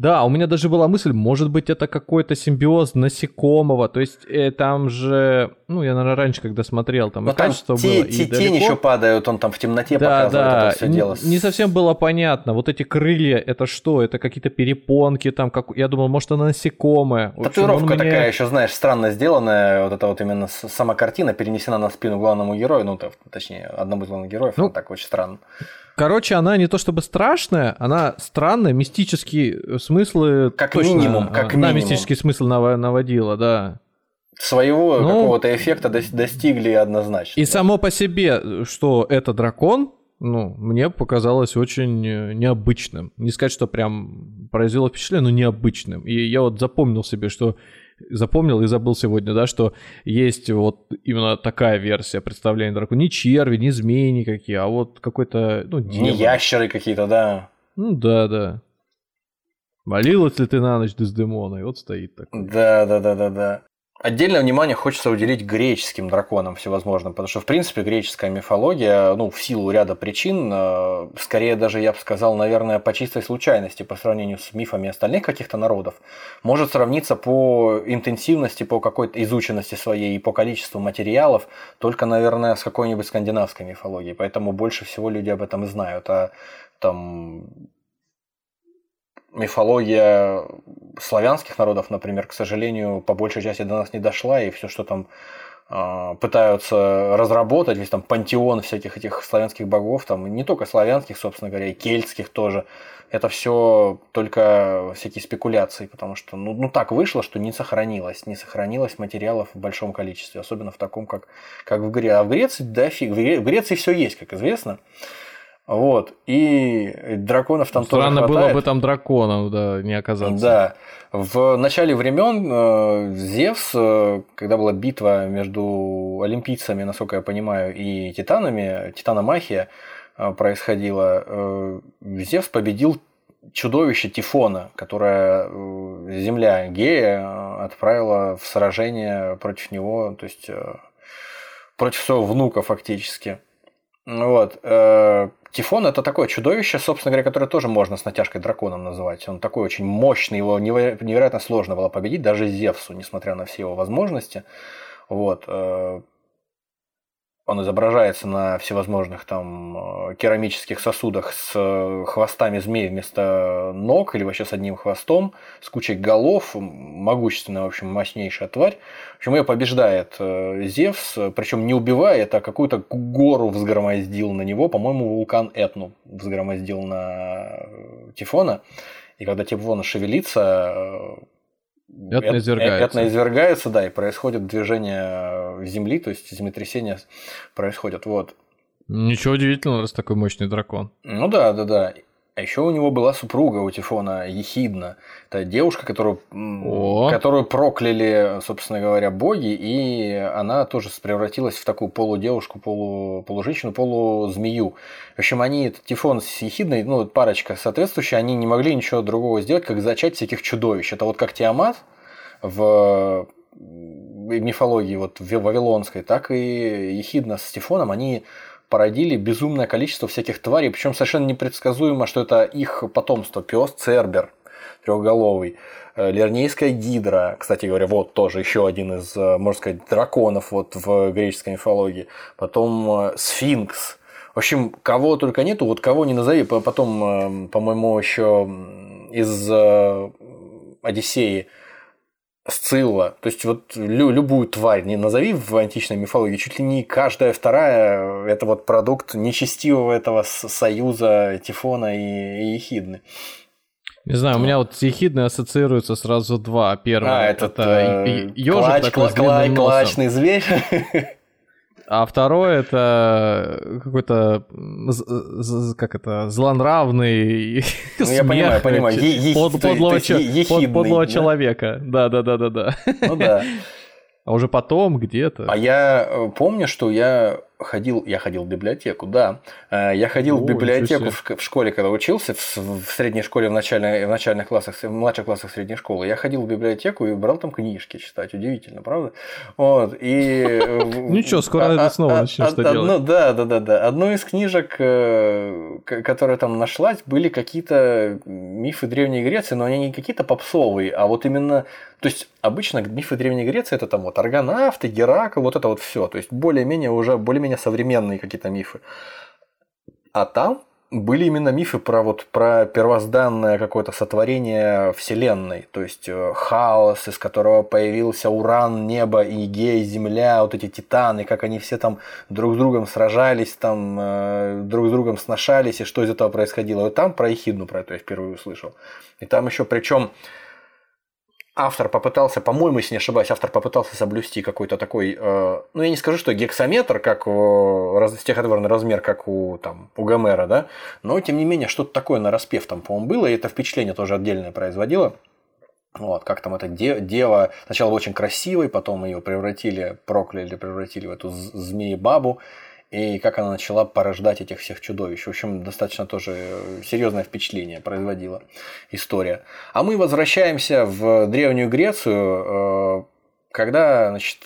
Да, у меня даже была мысль, может быть, это какой-то симбиоз насекомого, то есть там же, ну, я, наверное, раньше, когда смотрел, там и качество было, и далеко. Тени еще падают, он там в темноте показывает это все дело. Не совсем было понятно, вот эти крылья, это что, это какие-то перепонки, там, как... я думал, может, это насекомое. Татуировка такая еще, знаешь, странно сделанная, вот эта вот именно сама картина перенесена на спину главному герою, ну, точнее, одному из главных героев, ну, так очень странно. Короче, она не то чтобы страшная, она странная, мистические смыслы как точно, минимум, как минимум. мистический смысл наводила, да. Своего какого-то эффекта достигли однозначно. И само по себе, что это дракон, ну, мне показалось очень необычным. Не сказать, что прям произвело впечатление, но необычным. И я вот запомнил себе, что... Запомнил и забыл сегодня, да, что есть вот именно такая версия представления дракона. Не черви, не змеи никакие, а вот какой-то, ну, демон. Не ящеры какие-то, да. Ну, да. Молилась ли ты на ночь Дездемона? И вот стоит такой. Да. Отдельное внимание хочется уделить греческим драконам всевозможным, потому что, в принципе, греческая мифология, ну, в силу ряда причин, скорее даже, я бы сказал, наверное, по чистой случайности по сравнению с мифами остальных каких-то народов, может сравниться по интенсивности, по какой-то изученности своей и по количеству материалов только, наверное, с какой-нибудь скандинавской мифологией, поэтому больше всего люди об этом и знают, а там... Мифология славянских народов, например, к сожалению, по большей части до нас не дошла, и все, что там пытаются разработать, весь там пантеон всяких этих славянских богов, там не только славянских, собственно говоря, и кельтских тоже, это все только всякие спекуляции, потому что ну так вышло, что не сохранилось материалов в большом количестве, особенно в таком, как в Греции. А в Греции, в Греции все есть, как известно. Вот, и драконов там тоже хватает. Странно было бы там драконов, да, не оказаться. Да, в начале времен Зевс, когда была битва между олимпийцами, насколько я понимаю, и титанами, титаномахия происходила, Зевс победил чудовище Тифона, которое земля Гея отправила в сражение против него, то есть против своего внука фактически. Вот. Тифон – это такое чудовище, собственно говоря, которое тоже можно с натяжкой драконом называть. Он такой очень мощный, его невероятно сложно было победить, даже Зевсу, несмотря на все его возможности. Вот. Он изображается на всевозможных там керамических сосудах с хвостами змей вместо ног или вообще с одним хвостом, с кучей голов, могущественная, в общем, мощнейшая тварь. В общем, ее побеждает Зевс, причем не убивает, а какую-то гору взгромоздил на него, по-моему, вулкан Этну взгромоздил на Тифона. И когда Тифон шевелится... Этна извергается, да, и происходит движение Земли, то есть землетрясения происходят. Вот. Ничего удивительного, раз такой мощный дракон. Ну да. А еще у него была супруга у Тифона, Ехидна. Это девушка, которую прокляли, собственно говоря, боги, и она тоже превратилась в такую полудевушку, полуженщину, полузмею. В общем, Тифон с Ехидной, ну, парочка соответствующая, они не могли ничего другого сделать, как зачать всяких чудовищ. Это вот как Тиамат в мифологии вот вавилонской, так и Ехидна с Тифоном, они породили безумное количество всяких тварей, причем совершенно непредсказуемо, что это их потомство. Пес Цербер трехголовый, Лернейская гидра, кстати говоря, вот тоже еще один из, можно сказать, драконов вот в греческой мифологии. Потом сфинкс. В общем, кого только нету, вот кого не назови. Потом, по-моему, еще из Одиссеи Сцилла, то есть вот любую тварь не назови в античной мифологии, чуть ли не каждая вторая это вот продукт нечестивого этого союза Тифона и Ехидны. Не знаю, у меня вот с Ехидной ассоциируются сразу два. Первое это ёжик такой с длинным носом. Клачный зверь. А второе это какой-то, злонравный, ну, я понимаю, подлого человека. Да. Ну да. А уже потом где-то. А я помню, что я Я ходил в библиотеку, да. Я ходил в библиотеку в школе, когда учился, в средней школе, в начальных классах, в младших классах средней школы. Я ходил в библиотеку и брал там книжки читать. Удивительно, правда? Вот. И... Ничего, скоро снова начнем что делать. Да. Одну из книжек, которая там нашлась, были какие-то мифы Древней Греции, но они не какие-то попсовые, а вот именно... То есть, обычно мифы Древней Греции – это там вот аргонавты, Геракл, вот это вот все. То есть, более-менее современные какие-то мифы. А там были именно мифы про первозданное какое-то сотворение Вселенной. То есть, хаос, из которого появился Уран, небо, Игей, Земля, вот эти титаны, как они все там друг с другом сражались, там друг с другом сношались, и что из этого происходило. Вот там про Эхидну, про это я впервые услышал. И там еще причем... Автор попытался, по-моему, если не ошибаюсь, соблюсти какой-то такой, я не скажу, что гексаметр, как стихотворный размер, как у Гомера, да, но тем не менее что-то такое нараспев там, по-моему, было, и это впечатление тоже отдельное производило. Вот, как там эта дева, сначала очень красивой, потом ее превратили в эту змеи-бабу, и как она начала порождать этих всех чудовищ. В общем, достаточно тоже серьезное впечатление производила история. А мы возвращаемся в Древнюю Грецию, когда, значит,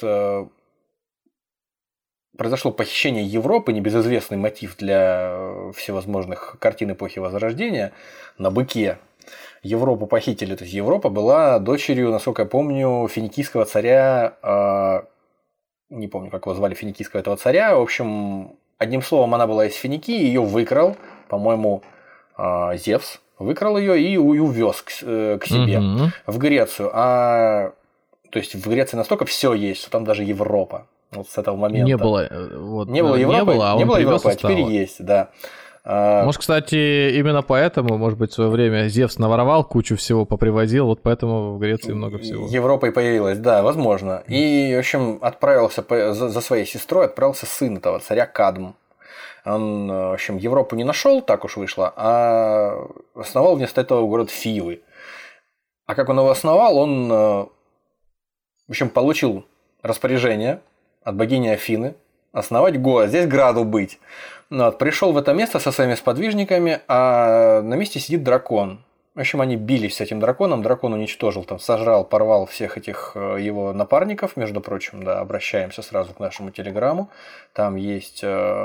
произошло похищение Европы, небезызвестный мотив для всевозможных картин эпохи Возрождения, на быке. Европу похитили. То есть Европа была дочерью, насколько я помню, финикийского царя... Не помню, как его звали, финикийского этого царя. В общем, одним словом, она была из Финикии, ее выкрал, по-моему, Зевс. Выкрал ее и увез к себе в Грецию. То есть в Греции настолько все есть, что там даже Европа. Вот с этого момента. Не было Европы, а теперь есть, да. Может, кстати, именно поэтому, может быть, в свое время Зевс наворовал кучу всего, попривозил, вот поэтому в Греции много всего. Европа и появилась, да, возможно. И, в общем, отправился за своей сестрой, отправился сын этого царя Кадм. Он, в общем, Европу не нашел, так уж вышло, а основал вместо этого город Фивы. А как он его основал, он, в общем, получил распоряжение от богини Афины основать город, здесь граду быть. Вот, пришел в это место со своими сподвижниками, а на месте сидит дракон. В общем, они бились с этим драконом, дракон уничтожил, там, сожрал, порвал всех этих его напарников, между прочим, да, обращаемся сразу к нашему телеграмму, там есть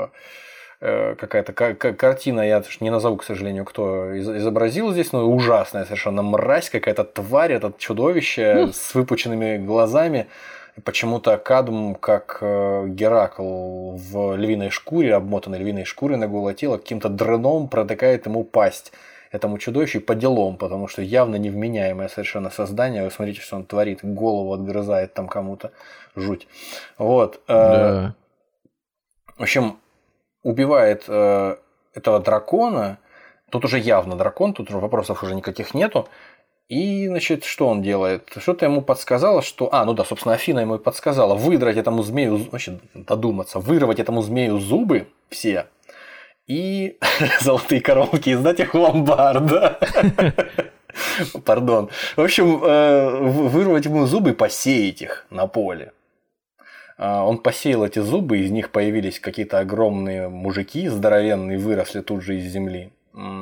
какая-то картина, я не назову, к сожалению, кто изобразил здесь, но ужасная совершенно мразь, какая-то тварь, это чудовище с выпученными глазами. И почему-то Кадм, как Геракл в львиной шкуре, обмотанной львиной шкурой на голое тело, каким-то дреном протыкает ему пасть этому чудовищу по делам, потому что явно невменяемое совершенно создание. Вы смотрите, что он творит, голову отгрызает там кому-то. Жуть. Вот. Да. В общем, убивает этого дракона. Тут уже явно дракон, тут вопросов уже никаких нету. И, значит, что он делает? Что-то ему подсказало, что... собственно, Афина ему и подсказала выдрать этому змею... Значит, додуматься. Вырвать этому змею зубы все и золотые коронки и сдать их в ломбард, да? Пардон. В общем, вырвать ему зубы и посеять их на поле. Он посеял эти зубы, из них появились какие-то огромные мужики, здоровенные, выросли тут же из земли.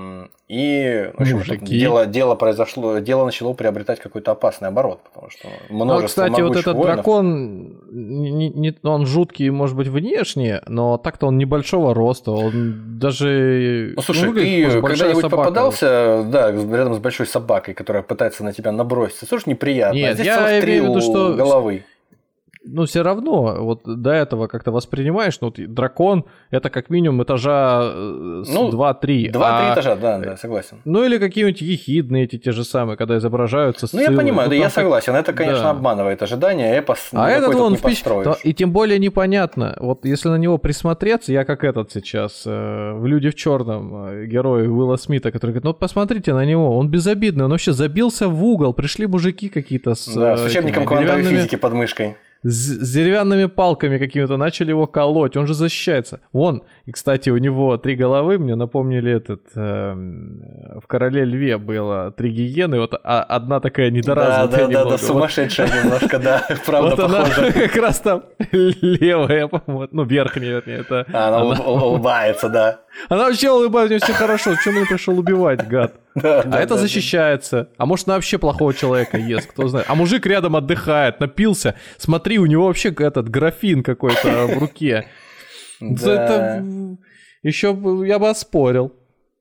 И, в общем, дело начало приобретать какой-то опасный оборот, потому что множество кстати, вот этот воинов... дракон, он жуткий, может быть, внешне, но так-то он небольшого роста, он даже... слушай, ты когда-нибудь попадался, рядом с большой собакой, которая пытается на тебя наброситься, слушай, неприятно. Нет, здесь я имею в виду, что... головы. Но все равно, вот до этого как-то воспринимаешь, вот дракон это как минимум этажа 2-3. 2-3 этажа, да, согласен. Ну или какие-нибудь ехидные те же самые, когда изображаются Сциллы. Я понимаю, я согласен, это, конечно, обманывает ожидания, эпос этот не построишь. И тем более непонятно, вот если на него присмотреться, я как этот сейчас, в «Люди в черном» герой Уилла Смита, который говорит, посмотрите на него, он безобидный, он вообще забился в угол, пришли мужики какие-то с учебником квантовой физики под мышкой. с деревянными палками какими-то начали его колоть, он же защищается. Вон, и, кстати, у него 3 головы, мне напомнили в «Короле Льве» было 3 гиены, вот одна такая недоразвитая немного. Да, сумасшедшая немножко, да, правда похожа. Вот она как раз там левая, по-моему, ну, верхняя, вернее. Она улыбается, да. Она вообще улыбается, у нее все хорошо, зачем он пришел убивать, гад? А это защищается. А может, она вообще плохого человека ест, кто знает. А мужик рядом отдыхает, напился. Смотри, у него вообще этот графин какой-то в руке. Это еще я бы оспорил.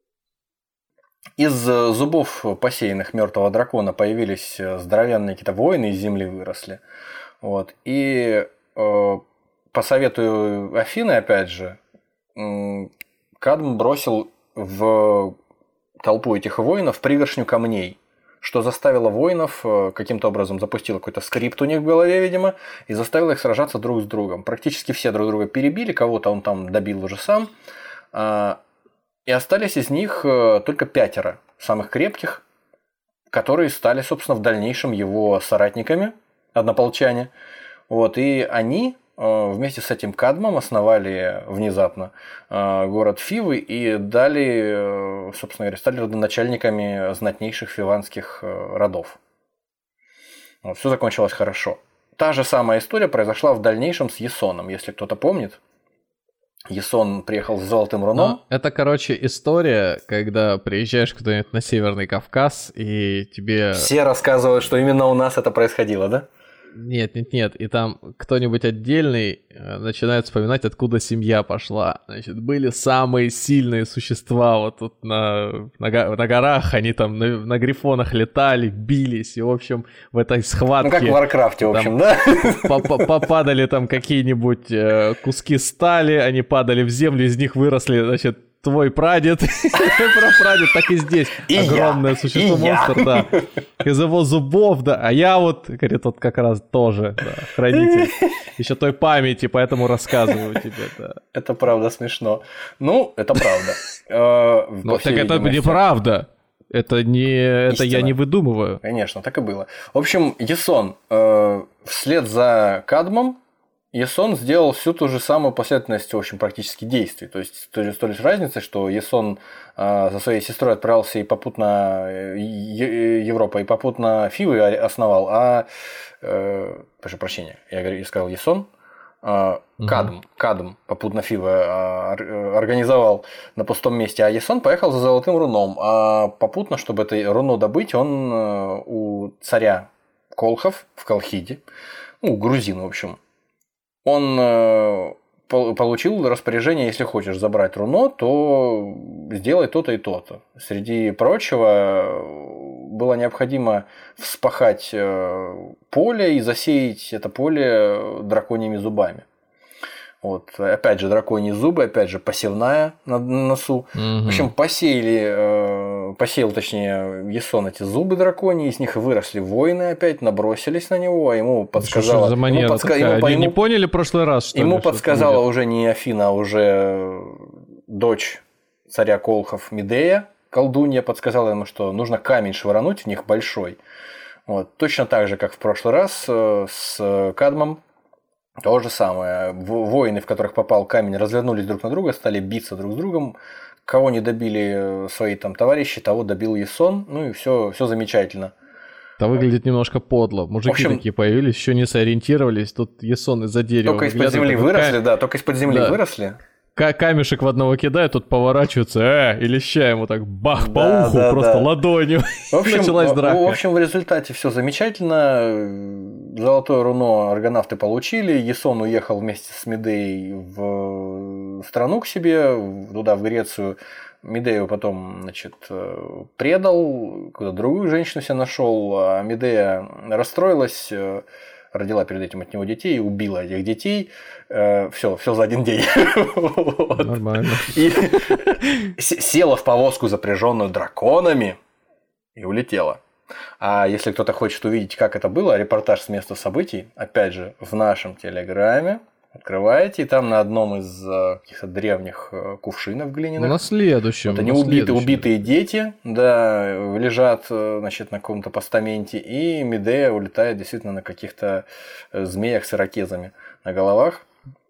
Из зубов посеянных мертвого дракона появились здоровенные какие-то воины, из земли выросли. Вот. И по совету Афины, опять же, Кадм бросил в толпу этих воинов пригоршню камней, что заставило воинов каким-то образом запустило какой-то скрипт у них в голове, видимо, и заставило их сражаться друг с другом. Практически все друг друга перебили, кого-то он там добил уже сам. И остались из них только 5 самых крепких, которые стали, собственно, в дальнейшем его соратниками, однополчане. Вот, и они вместе с этим Кадмом основали внезапно город Фивы и дали, собственно говоря, стали родоначальниками знатнейших фиванских родов. Вот, все закончилось хорошо. Та же самая история произошла в дальнейшем с Ясоном, если кто-то помнит. Ясон приехал с золотым руном. Это, короче, история, когда приезжаешь куда-нибудь на Северный Кавказ, и тебе... Все рассказывают, что именно у нас это происходило, да? Нет. И там кто-нибудь отдельный начинает вспоминать, откуда семья пошла. Значит, были самые сильные существа вот тут на горах, они там на грифонах летали, бились, и, в общем, в этой схватке... Ну, как в Варкрафте, в общем, да? Попадали там какие-нибудь куски стали, они падали в землю, из них выросли, значит, твой прадед, прапрадед, так и здесь. Огромное существо, монстр, да. Из его зубов, да. А я вот, говорит, вот как раз тоже, да, хранитель еще той памяти, поэтому рассказываю тебе, да. Это правда смешно. Ну, это правда. Ну, так это неправда. Это я не выдумываю. Конечно, так и было. В общем, Ясон вслед за Кадмом Ясон сделал всю ту же самую последовательность, в общем, практически действий. То есть, с той лишь разницей, что Ясон со своей сестрой отправился и попутно Европа, и попутно Фивы основал, прошу прощения, я сказал Ясон, Кадм попутно Фивы организовал на пустом месте, а Ясон поехал за золотым руном. А попутно, чтобы это руно добыть, он у царя Колхов в Колхиде, ну, грузин, в общем, он получил распоряжение, если хочешь забрать руно, то сделай то-то и то-то. Среди прочего, было необходимо вспахать поле и засеять это поле драконьими зубами. Вот, опять же, драконьи зубы, опять же, посевная на носу. В общем, посеял, точнее, Ясон эти зубы драконьи, из них выросли воины опять, набросились на него, а ему подсказала... Что за манера такая? Они не поняли в прошлый раз, что ему подсказала уже не Афина, а уже дочь царя Колхов Медея, колдунья, подсказала ему, что нужно камень швырнуть в них большой. Вот, точно так же, как в прошлый раз с Кадмом. То же самое. Воины, в которых попал камень, развернулись друг на друга, стали биться друг с другом. Кого не добили свои там товарищи, того добил Ясон. Ну и все замечательно. Это выглядит немножко подло. Мужики такие появились, еще не сориентировались. Тут Ясон из-за дерева. Только из-под земли выросли, да, только из-под земли выросли. Камешек в одного кидает, тут поворачивается, и леща ему так бах по уху, просто ладонью. Началась драка. В общем, в результате все замечательно. Золотое руно аргонавты получили. Ясон уехал вместе с Медеей в страну к себе, туда, в Грецию. Медею потом, значит, предал, куда другую женщину себе нашел, а Медея расстроилась, родила перед этим от него детей, убила этих детей. Все за один день. Нормально. И села в повозку, запряженную драконами, и улетела. А если кто-то хочет увидеть, как это было, репортаж с места событий, опять же, в нашем Телеграме, Открываете, и там на одном из каких-то древних кувшинов глиняных. На следующем. Вот они убитые дети, да, лежат, значит, на каком-то постаменте, и Медея улетает действительно на каких-то змеях с ирокезами на головах.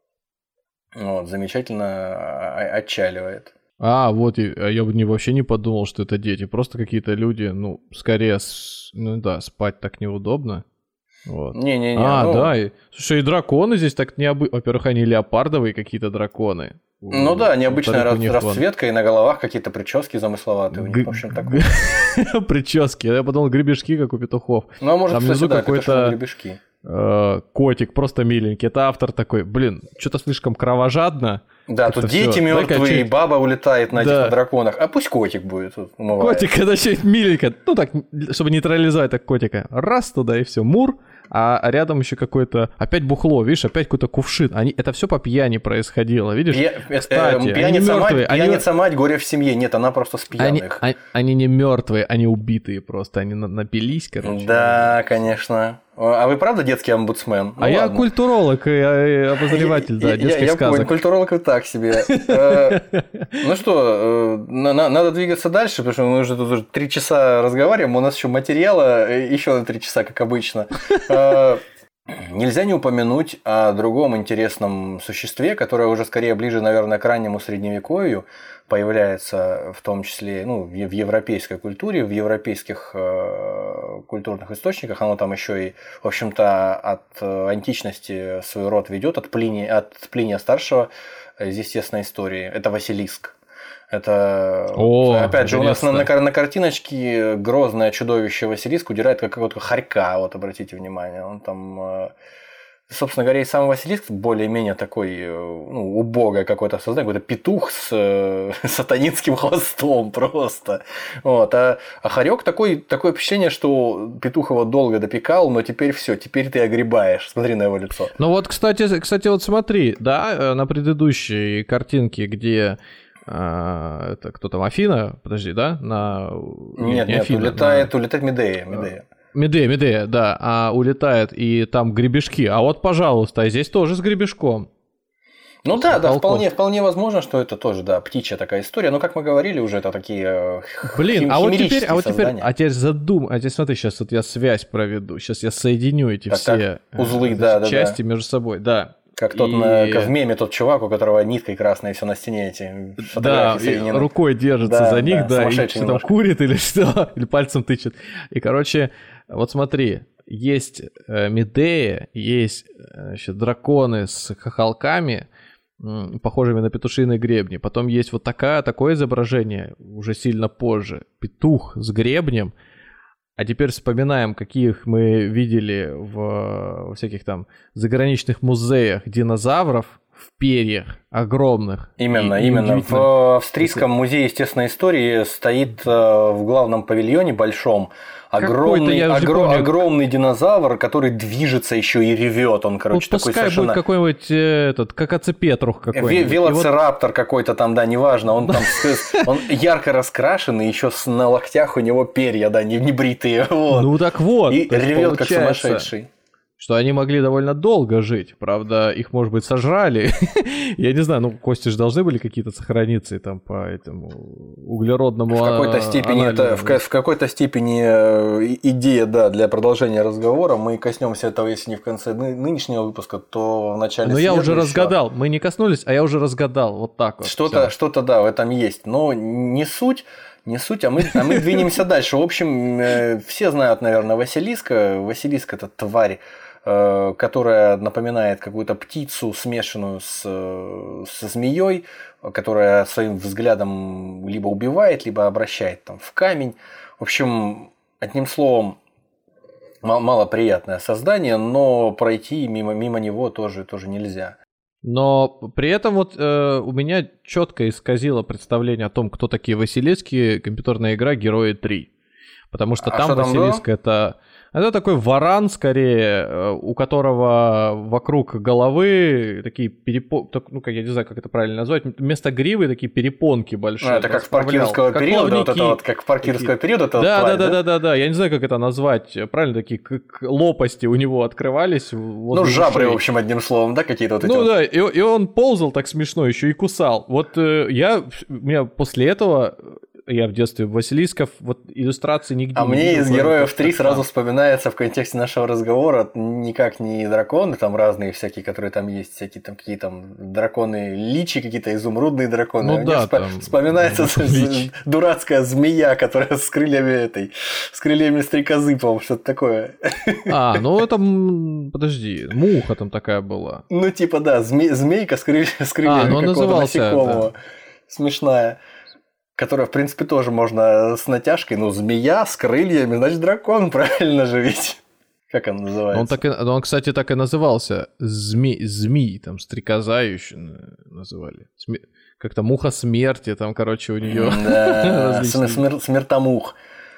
Вот, замечательно отчаливает. Вот, я бы вообще не подумал, что это дети. Просто какие-то люди, ну, скорее, спать так неудобно. Вот. Да. Слушай, и драконы здесь так необычные. Во-первых, они леопардовые какие-то драконы. Ну да, необычная расцветка, и на головах какие-то прически замысловатые у них, в общем, такое. Прически. Я подумал, гребешки, как у петухов. Ну, а может, там внизу какой-то гребешки. Котик, просто миленький. Это автор такой, что-то слишком кровожадно. Да, тут дети мертвые, и баба улетает на этих драконах. А пусть котик будет тут умывает. Котик, это еще миленько. Ну так, чтобы нейтрализовать так котика. Раз туда и все, мур. А рядом еще какое-то... Опять бухло, видишь, опять какой-то кувшин. Это все по пьяни происходило, видишь? Кстати, пьяница мать, горе в семье. Нет, она просто с пьяных. Они не мертвые, они убитые просто. Они напились, короче. Да, конечно. А вы правда детский омбудсмен? Я культуролог и обозреватель, да, детских сказок. Я понял, культуролог и так себе. Ну что, надо двигаться дальше, потому что мы уже 3 часа разговариваем, у нас еще материала еще на 3 часа, как обычно. Нельзя не упомянуть о другом интересном существе, которое уже скорее ближе, наверное, к раннему средневековью появляется, в том числе в европейской культуре, в европейских культурных источниках. Оно там еще и, в общем-то, от античности свой род ведет, от Плиния Старшего из естественной истории. Это Василиск. Это, опять же, у нас на картиночке грозное чудовище Василиск удирает как какого-то хорька, вот обратите внимание. Он там, собственно говоря, и сам Василиск более-менее такой, убогое какое-то создание, какой-то петух с сатанинским хвостом просто. Вот. А хорек такое впечатление, что петух его долго допекал, но теперь все, теперь ты огребаешь. Смотри на его лицо. Ну вот, кстати, вот смотри, да, на предыдущей картинке, где... это кто там, Афина? Подожди, да? Нет, Афина, улетает Медея. Медея, да, улетает, и там гребешки. А вот, пожалуйста, здесь тоже с гребешком. Ну да, вполне возможно, что это тоже, да, птичья такая история. Но, как мы говорили, уже это такие химерические создания. А теперь смотри, сейчас вот я связь проведу. Сейчас я соединю эти все узлы, части между собой, да. Как в меме тот чувак, у которого ниткой красной все на стене эти фотографии соединены. Да, рукой держится за них, да, и что там курит или что, или пальцем тычет. И, короче, вот смотри, есть Медея, есть драконы с хохолками, похожими на петушиные гребни. Потом есть вот такое изображение, уже сильно позже, петух с гребнем. А теперь вспоминаем, каких мы видели в всяких там заграничных музеях динозавров в перьях огромных. Именно. В Австрийском музее естественной истории стоит в главном павильоне большом огромный динозавр, который движется еще и ревет. Он, короче, такой совершенно... будет какой-нибудь какоцепетрух какой-нибудь. Велоцираптор какой-то там, да, неважно. Он там он ярко раскрашенный, еще на локтях у него перья, да, не бритые. Вот. Ну так вот. И ревет как сумасшедший. Что они могли довольно долго жить. Правда, их, может быть, сожрали. Я не знаю, кости же должны были какие-то сохраниться и там по этому углеродному в какой-то степени идея, да, для продолжения разговора. Мы коснемся этого, если не в конце нынешнего выпуска, то в начале следующего. Но я уже разгадал. Мы не коснулись, а я уже разгадал. Вот так вот. Что-то, да, в этом есть. Но не суть, а мы двинемся дальше. В общем, все знают, наверное, Василиска. Василиск – это тварь, которая напоминает какую-то птицу, смешанную со змеей, которая своим взглядом либо убивает, либо обращает там в камень. В общем, одним словом, малоприятное создание, но пройти мимо него тоже нельзя. Но при этом вот у меня четко исказило представление о том, кто такие Василиски, компьютерная игра «Герои 3». Потому что там Василиск это... Это такой варан, скорее, у которого вокруг головы такие перепонки, ну, как я не знаю, как это правильно назвать, вместо гривы такие перепонки большие. Это как в паркирского периода, вот это вот, как в паркирского периода. Да, я не знаю, как это назвать, правильно, такие лопасти у него открывались. Ну, жабры, в общем, одним словом, да, какие-то вот эти. Ну да, и он ползал так смешно еще и кусал. Вот у меня после этого... Я в детстве Василисков, вот иллюстрации нигде не видел. А мне из «Героев 3» сразу вспоминается в контексте нашего разговора никак не драконы там разные всякие, которые там есть, всякие там какие там драконы личи, какие-то изумрудные драконы. Ну да, там... Вспоминается дурацкая змея, которая с крыльями стрекозы, по-моему, что-то такое. Ну это, подожди, муха там такая была. Ну типа да, змейка с крыльями какого-то насекомого. Смешная. Которая, в принципе, тоже можно с натяжкой, но змея с крыльями, значит, дракон, правильно же ведь? Как он называется? Он, кстати, так и назывался. Змей, там, стрекоза еще называли. Как-то муха смерти, там, короче, у нее. Да, смертомух.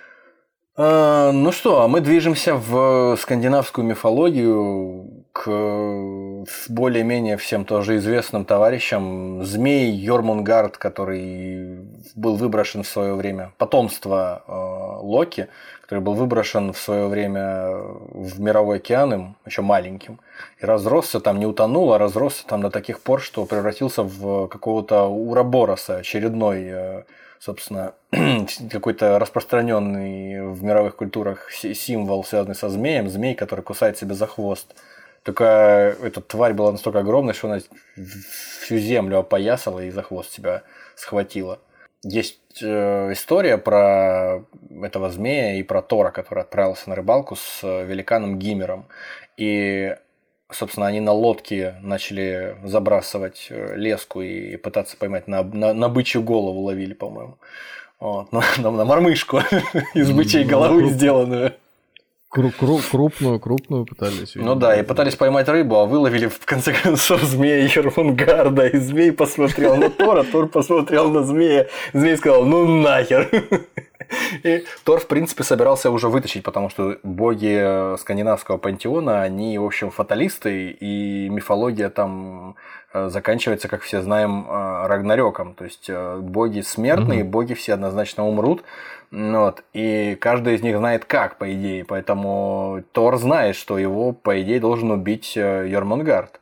Ну что, мы движемся в скандинавскую мифологию к более-менее всем тоже известным товарищам. Змей Йормунгард, который был выброшен в свое время, потомство Локи, который был выброшен в свое время в мировой океан им, еще маленьким, и разросся там, не утонул, а разросся там до таких пор, что превратился в какого-то уробороса, очередной, собственно, какой-то распространенный в мировых культурах символ, связанный со змеем, змей, который кусает себя за хвост. Только эта тварь была настолько огромной, что она всю землю опоясала и за хвост себя схватила. Есть история про этого змея и про Тора, который отправился на рыбалку с великаном Гимером. И, собственно, они на лодке начали забрасывать леску и пытаться поймать на бычью голову ловили, по-моему. Вот, на мормышку из бычьей головы сделанную. Крупную пытались. Ну да, и пытались поймать рыбу, а выловили в конце концов змея Йормунгарда. И змей посмотрел на Тора, Тор посмотрел на змея. Змей сказал, ну нахер. И Тор, в принципе, собирался уже вытащить, потому что боги скандинавского пантеона, они, в общем, фаталисты, и мифология там заканчивается, как все знаем, Рагнарёком. То есть боги смертные, боги все однозначно умрут. Вот, и каждый из них знает как, по идее. Поэтому Тор знает, что его, по идее, должен убить Йормунгард.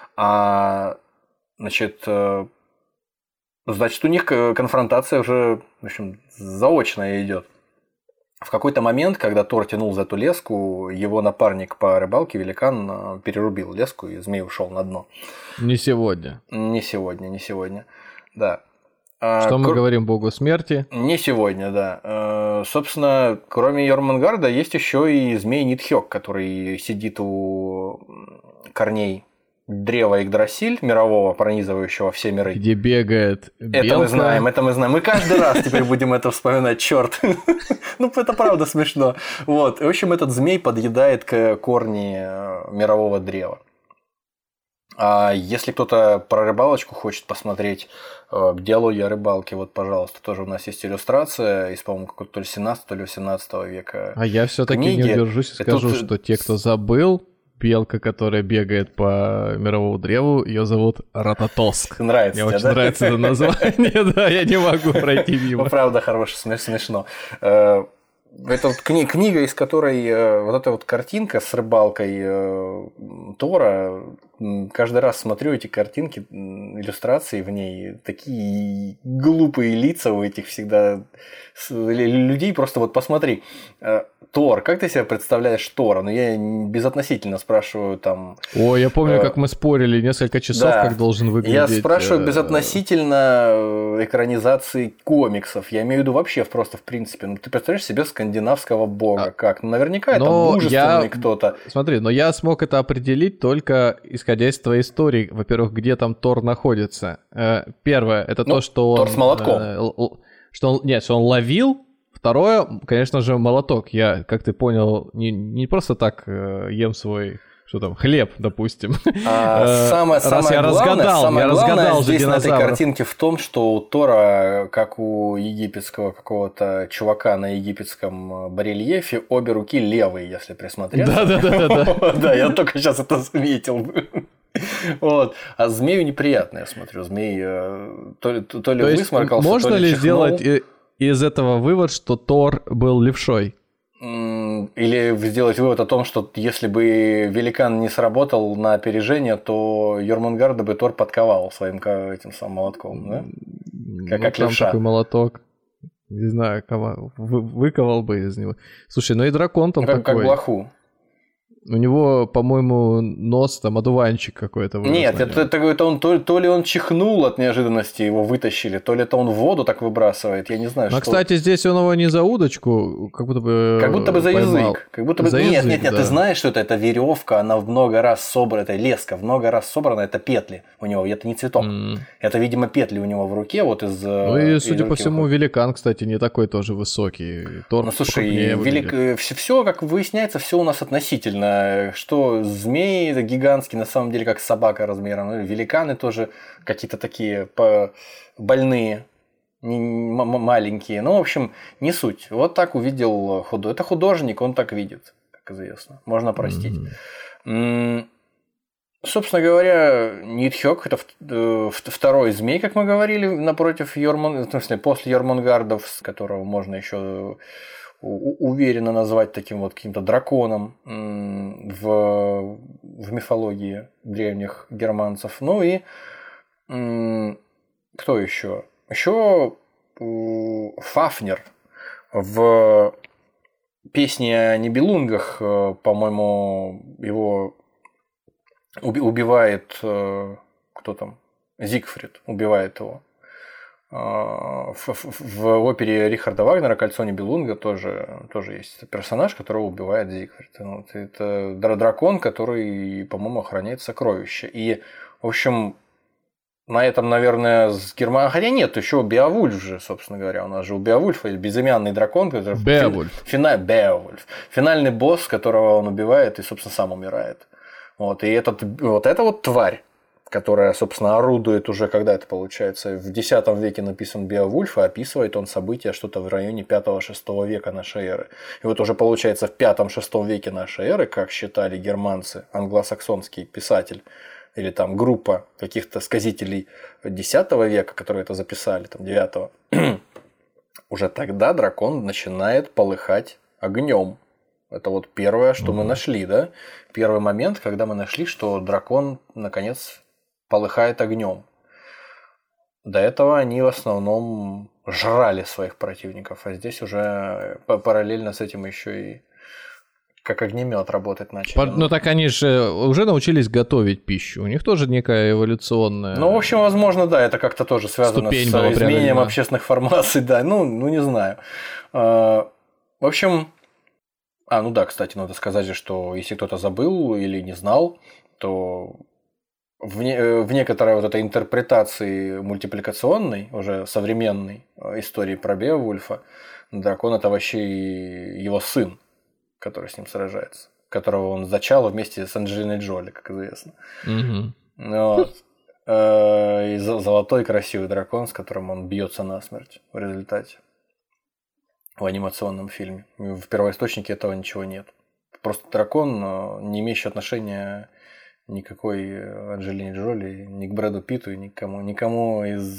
Значит, у них конфронтация уже, в общем, заочная идет. В какой-то момент, когда Тор тянул за эту леску, его напарник по рыбалке, великан, перерубил леску, и змей ушел на дно. Не сегодня. Не сегодня, да. Что мы говорим богу смерти? Не сегодня, да. Собственно, кроме Йормунгарда есть еще и змей Нитхёк, который сидит у корней древа Игдрасиль, мирового, пронизывающего все миры. Где бегает белка. Это мы знаем. Мы каждый раз теперь будем это вспоминать, черт. Ну, это правда смешно. Вот. В общем, этот змей подъедает корни мирового древа. А если кто-то про рыбалочку хочет посмотреть диалоги о рыбалке, вот, пожалуйста, тоже у нас есть иллюстрация из, по-моему, какого-то то ли 17, то ли 18 века. А я все-таки не удержусь и скажу, что те, кто забыл, белка, которая бегает по мировому древу, ее зовут Рататоск. Нравится мне тебе, очень нравится это название, да, я не могу пройти мимо. Ну, правда, хорошее, смешно. Это вот книга, из которой вот эта вот картинка с рыбалкой Тора, каждый раз смотрю эти картинки, иллюстрации в ней, такие глупые лица у этих всегда людей, просто вот посмотри. Тор, как ты себе представляешь Тора? Ну, я безотносительно спрашиваю там... Ой, я помню, как мы спорили несколько часов, да, как должен выглядеть... Я спрашиваю безотносительно экранизации комиксов. Я имею в виду вообще просто в принципе. Ну, ты представляешь себе скандинавского бога как? Ну, наверняка это мужественный кто-то. Смотри, но я смог это определить только исходя из твоей истории. Во-первых, где там Тор находится. Первое, это то, что он... Тор с молотком. Что он ловил. Второе, конечно же, молоток. Я, как ты понял, не просто так ем свой Что там, хлеб, допустим. Самое главное здесь на этой картинке в том, что у Тора, как у египетского какого-то чувака на египетском барельефе, обе руки левые, если присмотреться. Да. Да, я только сейчас это заметил. Вот. А змею неприятно, я смотрю. Змей то ли высморкался, можно то ли ли чихнул. сделать из этого вывод, что Тор был левшой? Или сделать вывод о том, что если бы великан не сработал на опережение, то Йормунгарда бы Тор подковал своим этим самым молотком, да? Как там левша. такой молоток. Не знаю, выковал бы из него. Слушай, ну и дракон там такой. Как блоху. У него, по-моему, нос там одуванчик какой-то вырос. Нет, это он то ли он чихнул от неожиданности, его вытащили, то ли это он в воду так выбрасывает, я не знаю, что. Кстати, здесь он его не за удочку, как будто бы за поймал. язык. Нет, да. Ты знаешь, что это веревка, она в много раз собрана, это леска, в много раз собрана, это петли у него, это не цветок. Это, видимо, петли у него в руке, вот из. Ну и, судя по всему, великан, кстати, не такой тоже высокий. Тор слушай, все, как выясняется, все у нас относительно. Что змеи это гигантские, на самом деле, как собака размером. Великаны тоже какие-то такие больные, маленькие. Ну, в общем, не суть. Вот так увидел художник. Это художник, он так видит, как известно. Можно простить. Собственно говоря, Нидхёгг – это второй змей, как мы говорили, напротив в смысле, после Йормунгардов, с которого можно еще уверенно назвать таким вот каким-то драконом в мифологии древних германцев. Ну и кто еще? Еще Фафнер в песне о Нибелунгах, по-моему, его убивает кто там? Зигфрид убивает его. В опере Рихарда Вагнера «Кольцо Нибелунга» тоже есть персонаж, которого убивает Зигфрид. Это дракон, который, по-моему, охраняет сокровища. И, в общем, на этом, наверное, с Германией... Хотя нет, еще Беовульф же, собственно говоря. У нас же у Беовульфа есть безымянный дракон. Беовульф. Беовульф. Финальный босс, которого он убивает и, собственно, сам умирает. Вот. И эта вот тварь, которая, собственно, орудует уже, когда это получается, в X веке написан Беовульф, и описывает он события что-то в районе 5-6 века нашей эры. И вот уже получается в 5-6 веке нашей эры, как считали германцы, англосаксонский писатель, или там группа каких-то сказителей X века, которые это записали, там 9, уже тогда дракон начинает полыхать огнем. Это вот первое, что мы нашли, да? Первый момент, когда мы нашли, что дракон, наконец, полыхает огнем. До этого они в основном жрали своих противников, а здесь уже параллельно с этим еще и как огнемет работать начали. Ну так они же уже научились готовить пищу. У них тоже некая эволюционная. Ну, в общем, возможно, да, это как-то тоже связано с изменением общественных формаций, да. Ну, не знаю. В общем, ну да, кстати, надо сказать же, что если кто-то забыл или не знал, то в некоторой вот этой интерпретации мультипликационной, уже современной истории про Беовульфа, дракон – это вообще его сын, который с ним сражается, которого он зачал вместе с Анджелиной Джоли, как известно. Вот. И золотой красивый дракон, с которым он бьется насмерть в результате в анимационном фильме. В первоисточнике этого ничего нет. Просто дракон, не имеющий отношения никакой Анджелине Джоли, ни к Брэду Питту, и никому из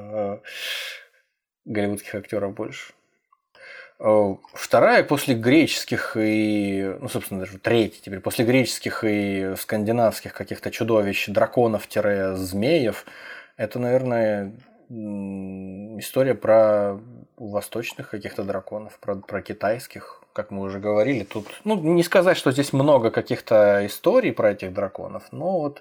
голливудских актеров больше. Вторая после греческих и, собственно, даже третья теперь, после греческих и скандинавских каких-то чудовищ, драконов-змеев, это, наверное, история про восточных каких-то драконов, про китайских, как мы уже говорили. Тут, не сказать, что здесь много каких-то историй про этих драконов, но вот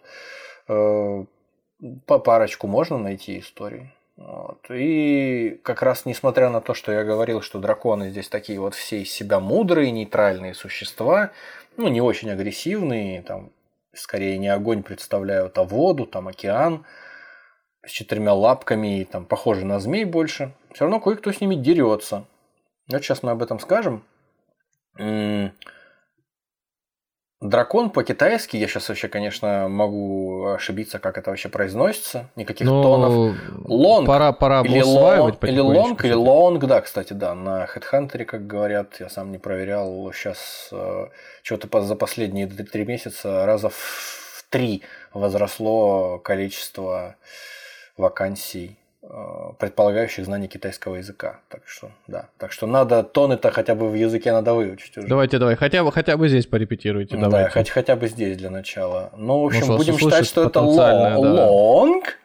по парочку можно найти историй. Вот. И как раз несмотря на то, что я говорил, что драконы здесь такие вот все из себя мудрые, нейтральные существа, не очень агрессивные, там, скорее не огонь представляют, а воду, там, океан, с 4 лапками, и, там, похожи на змей больше, все равно кое-кто с ними дерется. Вот сейчас мы об этом скажем. дракон по-китайски, я сейчас вообще, конечно, могу ошибиться, как это вообще произносится, никаких тонов. Лонг. Пора или усваивать или лонг, или лонг, да, кстати, да, на HeadHunter, как говорят, я сам не проверял, сейчас что-то за последние 3 месяца раза в 3 возросло количество вакансий, предполагающих знание китайского языка. Так что, да. Так что надо тоны-то хотя бы в языке надо выучить уже. Давай, хотя бы здесь порепетируйте. Да, давайте. хотя бы здесь для начала. Ну, в общем, будем услышать считать, что это лонг.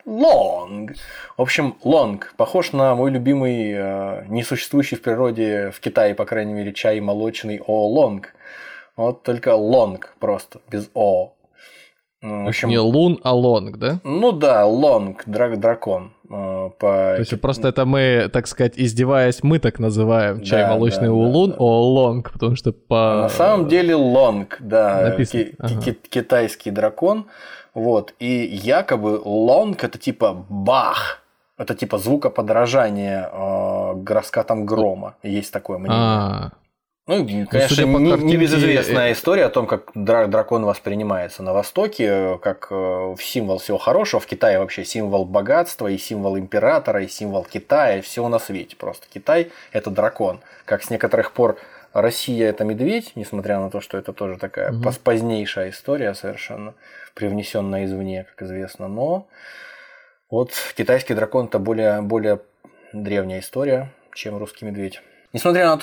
В общем, лонг похож на мой любимый, несуществующий в природе, в Китае, по крайней мере, чай молочный оолонг. Вот только лонг просто, без о. В общем, не лун, а лонг, да? Ну да, лонг, дракон. То есть просто это мы, так сказать, издеваясь, мы так называем чай молочный улун, лонг, потому что на самом деле лонг, да, китайский дракон. Вот, и якобы лонг это типа бах, это типа звукоподражание раскатам грома. Есть такое мнение. Ну, конечно, небезызвестная история о том, как дракон воспринимается на Востоке, как символ всего хорошего. В Китае вообще символ богатства, и символ императора, и символ Китая, и всего на свете. Просто Китай – это дракон. Как с некоторых пор Россия – это медведь, несмотря на то, что это тоже такая позднейшая история совершенно, привнесенная извне, как известно. Но вот китайский дракон – это более древняя история, чем русский медведь. Несмотря на то,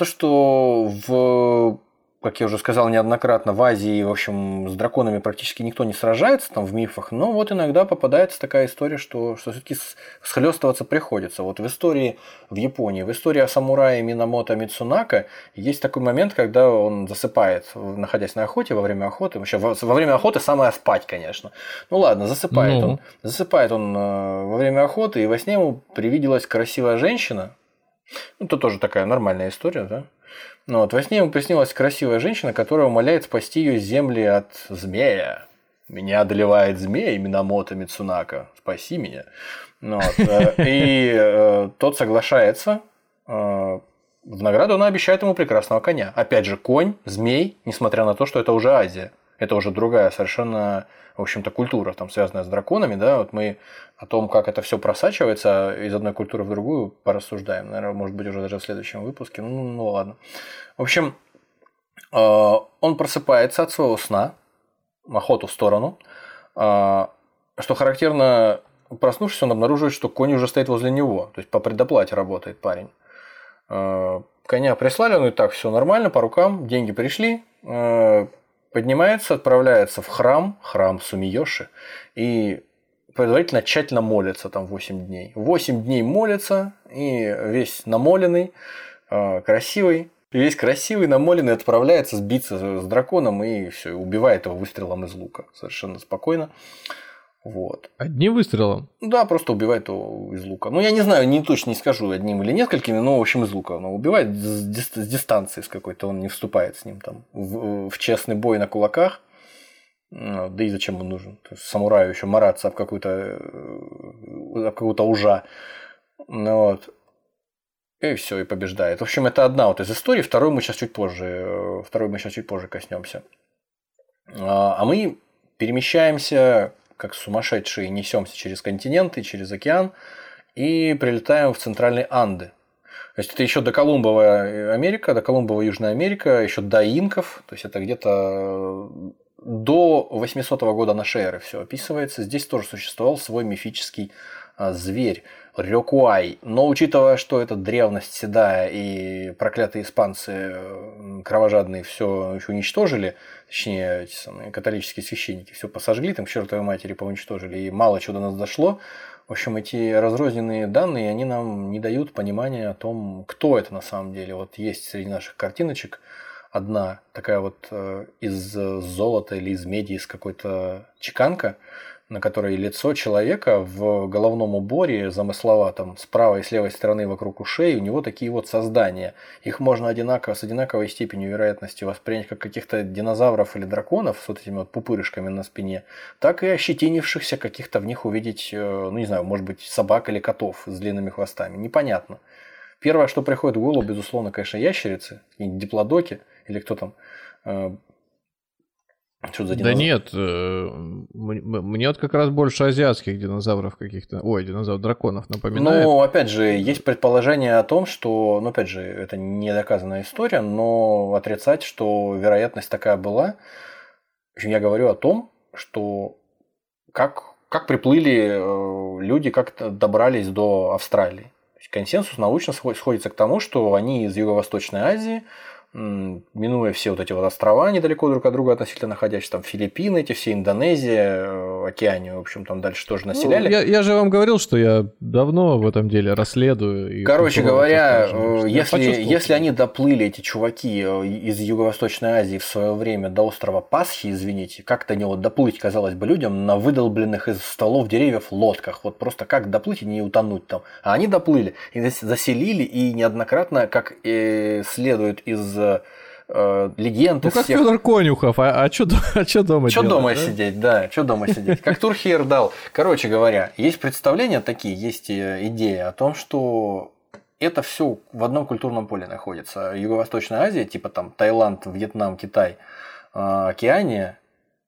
что как я уже сказал неоднократно, в Азии, в общем, с драконами практически никто не сражается там в мифах, но вот иногда попадается такая история, что все-таки схлестываться приходится. Вот в истории в Японии, в истории о самурае Минамото Мицунака есть такой момент, когда он засыпает, находясь на охоте, во время охоты. Вообще, во время охоты самое спать, конечно. Ну ладно, засыпает он. Засыпает он во время охоты, и во сне ему привиделась красивая женщина. Ну, это тоже такая нормальная история, да? Но вот во сне ему приснилась красивая женщина, которая умоляет спасти ее земли от змея. Меня одолевает змей Минамото Мицунака. Спаси меня. И тот соглашается. В награду она обещает ему прекрасного коня. Опять же, конь, змей, несмотря на то, что это уже Азия. Это уже другая совершенно, в общем-то, культура, там, связанная с драконами. Да? Вот мы о том, как это все просачивается из одной культуры в другую, порассуждаем. Наверное, может быть, уже даже в следующем выпуске. Ну ладно. В общем, он просыпается от своего сна, охоту в сторону. Что характерно, проснувшись, он обнаруживает, что конь уже стоит возле него. То есть, по предоплате работает парень. Коня прислали, ну и так, все нормально, по рукам, деньги пришли. Поднимается, отправляется в храм Сумиёши, и предварительно тщательно молится там 8 дней. 8 дней молится, и весь намоленный, красивый, намоленный отправляется сбиться с драконом, и все, убивает его выстрелом из лука. Совершенно спокойно. Вот. Одним выстрелом? Да, просто убивает его из лука. Ну, я не знаю, точно не скажу, одним или несколькими, но, в общем, из лука. Но убивает с дистанции с какой-то, он не вступает с ним там в честный бой на кулаках. Да и зачем он нужен? То есть, самураю еще мараться об какую-то ужа. Вот. И все, и побеждает. В общем, это одна вот из историй, вторую мы сейчас чуть позже коснемся. А мы перемещаемся как сумасшедшие, несемся через континенты, через океан и прилетаем в центральные Анды. То есть это еще доколумбовая Америка, доколумбовая Южная Америка, еще до инков, то есть это где-то до 800 года нашей эры все описывается. Здесь тоже существовал свой мифический зверь Рёкуай. Но учитывая, что это древность седая и проклятые испанцы кровожадные все еще уничтожили, точнее, эти самые католические священники все посожгли, там к чертовой матери поуничтожили, и мало чего до нас дошло. В общем, эти разрозненные данные, они нам не дают понимания о том, кто это на самом деле. Вот есть среди наших картиночек одна такая вот из золота или из меди, из какой-то чеканка, на которой лицо человека в головном уборе замысловатом, с правой и с левой стороны вокруг ушей, у него такие вот создания. Их можно с одинаковой степенью вероятности воспринять как каких-то динозавров или драконов с вот этими вот пупырышками на спине, так и ощетинившихся каких-то в них увидеть, ну не знаю, может быть, собак или котов с длинными хвостами. Непонятно. Первое, что приходит в голову, безусловно, конечно, ящерицы, диплодоки или кто там, Что за динозавр? Да нет, мне вот как раз больше азиатских динозавров каких-то, драконов напоминает. Ну, опять же, есть предположение о том, что, ну, опять же, это недоказанная история, но отрицать, что вероятность такая была. Я говорю о том, что как приплыли люди, как добрались до Австралии. То есть консенсус научно сходится к тому, что они из Юго-Восточной Азии, минуя все вот эти вот острова недалеко друг от друга относительно находящиеся, там Филиппины, эти все, Индонезия, Океанию, в общем, там дальше тоже населяли. Ну, я же вам говорил, что я давно в этом деле расследую. Короче говоря, если они доплыли, эти чуваки из Юго-Восточной Азии в свое время до острова Пасхи, извините, как до него доплыть, казалось бы, людям на выдолбленных из стволов деревьев лодках. Вот просто как доплыть и не утонуть там. А они доплыли, и заселили, и неоднократно, как следует из легенд. Ну, как всех... Федор Конюхов, а что дома делать? Что дома сидеть, да, что дома сидеть. Как Турхиер дал. Короче говоря, есть представления такие, есть идеи о том, что это все в одном культурном поле находится. Юго-Восточная Азия, типа там Таиланд, Вьетнам, Китай, Океания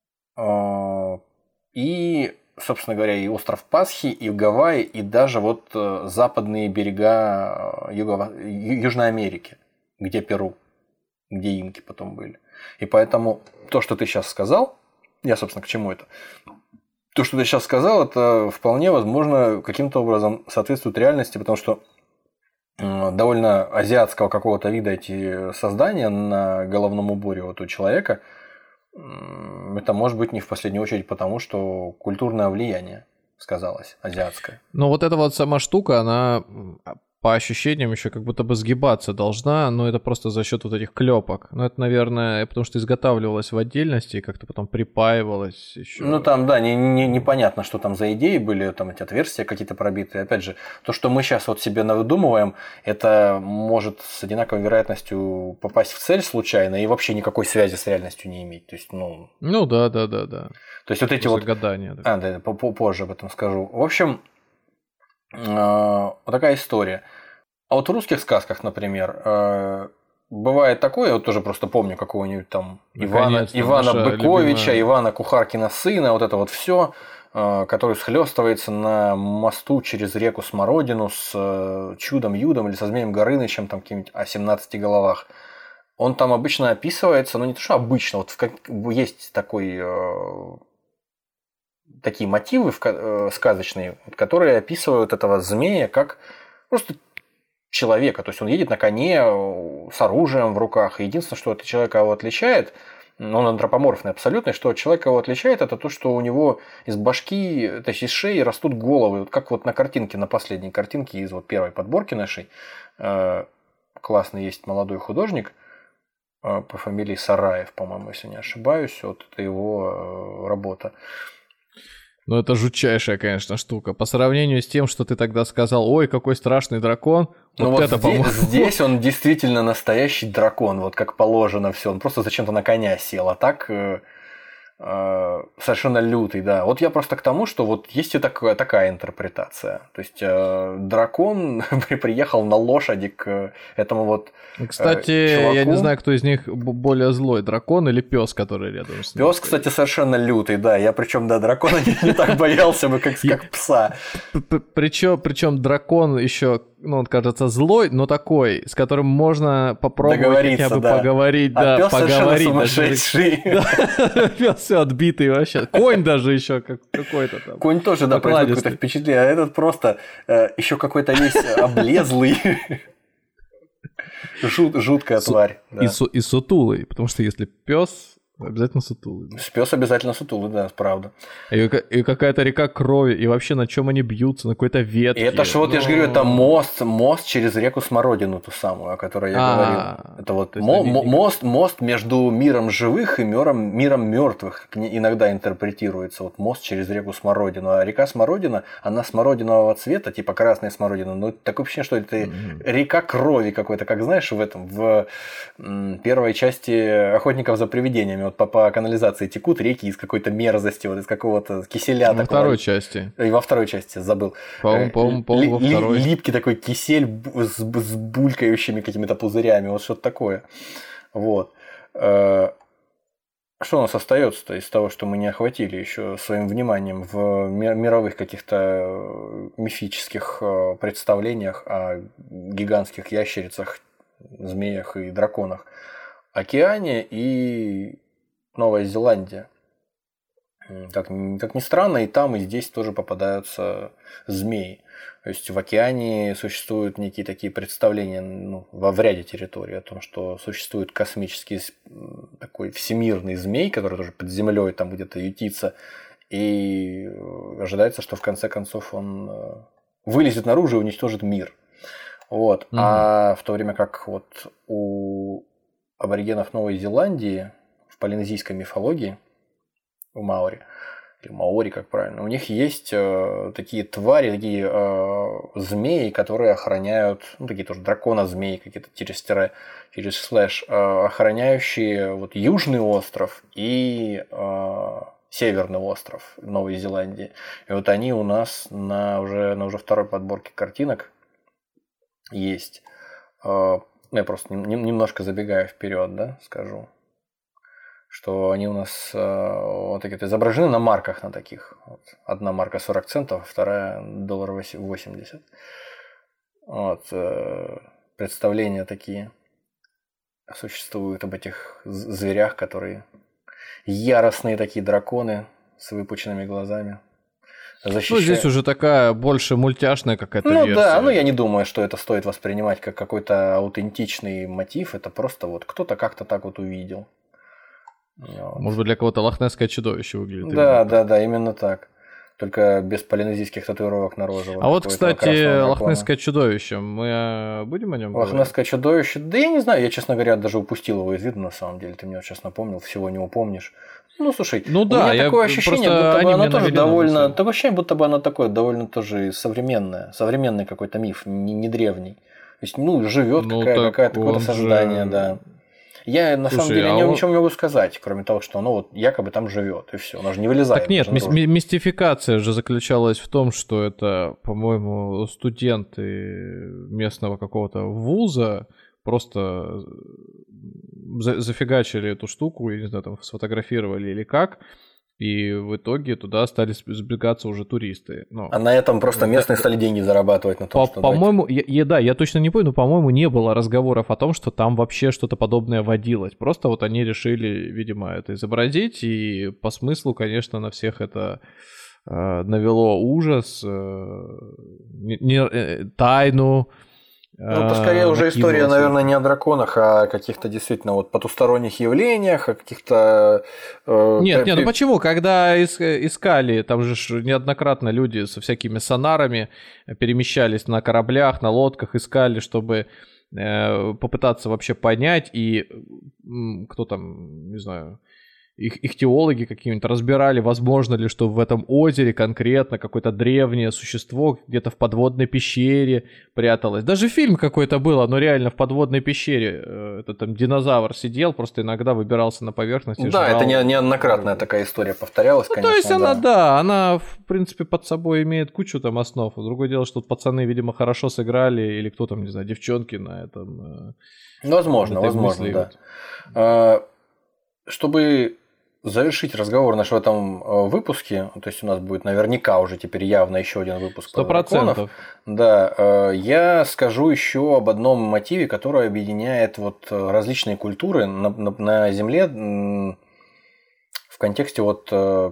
и, собственно говоря, и остров Пасхи, и Гавайи, и даже вот западные берега Южной Америки, где Перу, где инки потом были. И поэтому то, что ты сейчас сказал, я, собственно, к чему это? То, что ты сейчас сказал, это вполне возможно каким-то образом соответствует реальности, потому что довольно азиатского какого-то вида эти создания на головном уборе вот у человека, это может быть не в последнюю очередь потому, что культурное влияние сказалось азиатское. Но вот эта вот сама штука, она... по ощущениям еще как будто бы сгибаться должна, но это просто за счет вот этих клепок. Ну, это, наверное, потому что изготавливалось в отдельности и как-то потом припаивалось еще. Ну, там, да, непонятно, что там за идеи были, там эти отверстия какие-то пробитые. Опять же, то, что мы сейчас вот себе навыдумываем, это может с одинаковой вероятностью попасть в цель случайно и вообще никакой связи с реальностью не иметь. То есть, ну да. То есть, вот эти загадания, вот... Да, позже об этом скажу. В общем... Вот такая история. А вот в русских сказках, например, бывает такое, я вот тоже просто помню какого-нибудь там Ивана Быковича, любимая... Ивана Кухаркина сына, вот это вот все, который схлестывается на мосту через реку Смородину с Чудом-Юдом или со Змеем Горынычем, там каким-нибудь о 17 головах. Он там обычно описывается, но не то, что обычно, вот есть такие мотивы сказочные, которые описывают этого змея как просто человека. То есть он едет на коне с оружием в руках. И единственное, что от человека его отличает, он антропоморфный абсолютно, что от человека его отличает, это то, что у него из башки, то есть из шеи растут головы. Вот как вот на картинке, на последней картинке из вот первой подборки нашей. Классный есть молодой художник по фамилии Сараев, по-моему, если не ошибаюсь. Вот это его работа. Ну, это жутчайшая, конечно, штука. По сравнению с тем, что ты тогда сказал, ой, какой страшный дракон. Ну вот это, здесь он действительно настоящий дракон, вот как положено все. Он просто зачем-то на коня сел, а так совершенно лютый, да. Вот я просто к тому, что вот есть и такая интерпретация. То есть дракон приехал на лошади к этому вот Кстати, чуваку. Я не знаю, кто из них более злой, дракон или пес, который рядом с ним. Пес, кстати, совершенно лютый, да. Я причем, да, дракона не так боялся бы, как пса. Причем дракон еще, ну, он кажется злой, но такой, с которым можно попробовать хотя бы поговорить, да, пес поговорить. Сумасшедший. Пес все отбитый вообще. Конь даже еще какой-то там. Конь тоже, да, производит какое-то впечатление, а этот просто еще какой-то весь облезлый. Жуткая тварь. И сутулый, потому что если пес, обязательно сутулый. Пес обязательно сутулый, да, правда. И какая-то река крови, и вообще на чем они бьются, на какой-то ветке. И это ж вот, я же говорю, это мост через реку Смородину, ту самую, о которой я говорил. Это вот мост между миром живых и миром мертвых, иногда интерпретируется. Вот мост через реку Смородину. А река Смородина, она смородинового цвета, типа красная смородина. Но такое ощущение, что это река крови какой-то, как знаешь, в первой части «Охотников за привидениями». Вот по канализации текут реки из какой-то мерзости, вот из какого-то киселя. Во второй части. И во второй части, забыл. По-моему, во второй. Липкий такой кисель с булькающими какими-то пузырями, вот что-то такое. Вот. Что у нас остается-то из того, что мы не охватили еще своим вниманием в мировых каких-то мифических представлениях о гигантских ящерицах, змеях и драконах? Океане и Новая Зеландия. Как ни странно, и там, и здесь тоже попадаются змеи. То есть в океане существуют некие такие представления во ряде территорий о том, что существует космический такой всемирный змей, который тоже под землей там где-то ютится, и ожидается, что в конце концов он вылезет наружу и уничтожит мир. Вот. Mm-hmm. А в то время как вот у аборигенов Новой Зеландии в полинезийской мифологии, у маори, или маори, как правильно, у них есть такие твари, такие змеи, которые охраняют, такие тоже дракона-змеи, какие-то через слэш, охраняющие вот Южный остров и Северный остров Новой Зеландии. И вот они у нас на уже второй подборке картинок есть. Я просто немножко забегая вперед, да, скажу, что они у нас вот такие изображены на марках на таких. Вот. Одна марка 40 центов, вторая $80. Вот. Представления такие существуют об этих зверях, которые яростные такие драконы с выпученными глазами. Защищают. Ну, здесь уже такая больше мультяшная какая-то версия. Да, я не думаю, что это стоит воспринимать как какой-то аутентичный мотив. Это просто вот кто-то как-то так вот увидел. Может быть, для кого-то лохнесское чудовище выглядит. Да, именно так. Только без полинезийских татуировок на роже. А вот, кстати, лохнесское чудовище, мы будем о нем говорить? Лохнесское чудовище, да я не знаю, я, честно говоря, даже упустил его из виду, на самом деле. Ты мне сейчас напомнил, всего не упомнишь. Ну, слушай, у меня такое ощущение, будто бы она тоже довольно... Такое ощущение, будто бы она такое довольно тоже современный какой-то миф, не древний. То есть, живет какое-то создание, да. Я на самом деле ничего не могу сказать, кроме того, что оно вот якобы там живет, и все, оно же не вылезает. Так нет, мистификация же заключалась в том, что это, по-моему, студенты местного какого-то вуза просто зафигачили эту штуку, я не знаю, там сфотографировали или как, и в итоге туда стали сбегаться уже туристы. А на этом просто местные стали деньги зарабатывать на том, что... По-моему, я точно не помню, но, по-моему, не было разговоров о том, что там вообще что-то подобное водилось. Просто вот они решили, видимо, это изобразить, и по смыслу, конечно, на всех это навело ужас, тайну. Это скорее уже история, наверное, не о драконах, а о каких-то действительно вот потусторонних явлениях, о каких-то... Нет, ну почему? Когда искали, там же неоднократно люди со всякими сонарами перемещались на кораблях, на лодках, искали, чтобы попытаться вообще понять, и кто там, не знаю... Их теологи какие-нибудь разбирали, возможно ли, что в этом озере конкретно какое-то древнее существо где-то в подводной пещере пряталось. Даже фильм какой-то был, оно реально в подводной пещере. Это там динозавр сидел, просто иногда выбирался на поверхность. Да, это неоднократная такая история повторялась, конечно. То есть она, в принципе, под собой имеет кучу там основ. Другое дело, что пацаны, видимо, хорошо сыграли, или кто там, не знаю, девчонки на этом. Возможно, да. Чтобы завершить разговор наш в этом выпуске, то есть у нас будет наверняка уже теперь явно еще один выпуск 100%. Да, я скажу еще об одном мотиве, который объединяет вот различные культуры на Земле в контексте вот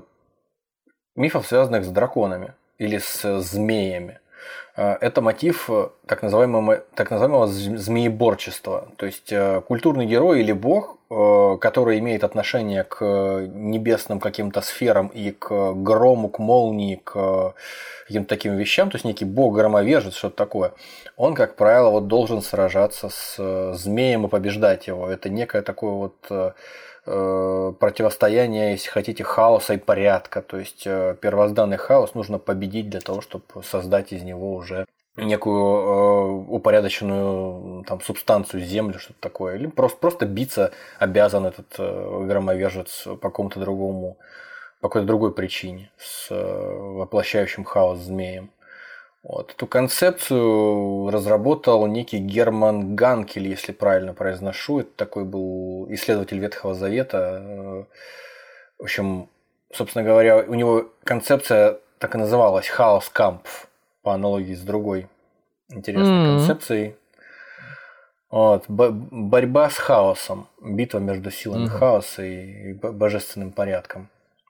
мифов, связанных с драконами или с змеями. Это мотив так называемого змееборчества. То есть культурный герой или бог, который имеет отношение к небесным каким-то сферам и к грому, к молнии, к каким-то таким вещам, то есть некий бог-громовержец, что-то такое, он, как правило, вот должен сражаться с змеем и побеждать его. Это некое такое вот противостояние, если хотите, хаоса и порядка. То есть первозданный хаос нужно победить для того, чтобы создать из него уже некую упорядоченную там субстанцию, землю, что-то такое. Или просто биться обязан этот громовержец по какому-то другому, по какой-то другой причине с воплощающим хаос змеем. Вот. Эту концепцию разработал некий Герман Ганкель, если правильно произношу. Это такой был исследователь Ветхого Завета. В общем, собственно говоря, у него концепция так и называлась «Хаоскампф», по аналогии с другой интересной концепцией. Вот. Борьба с хаосом. Битва между силами хаоса и божественным порядком.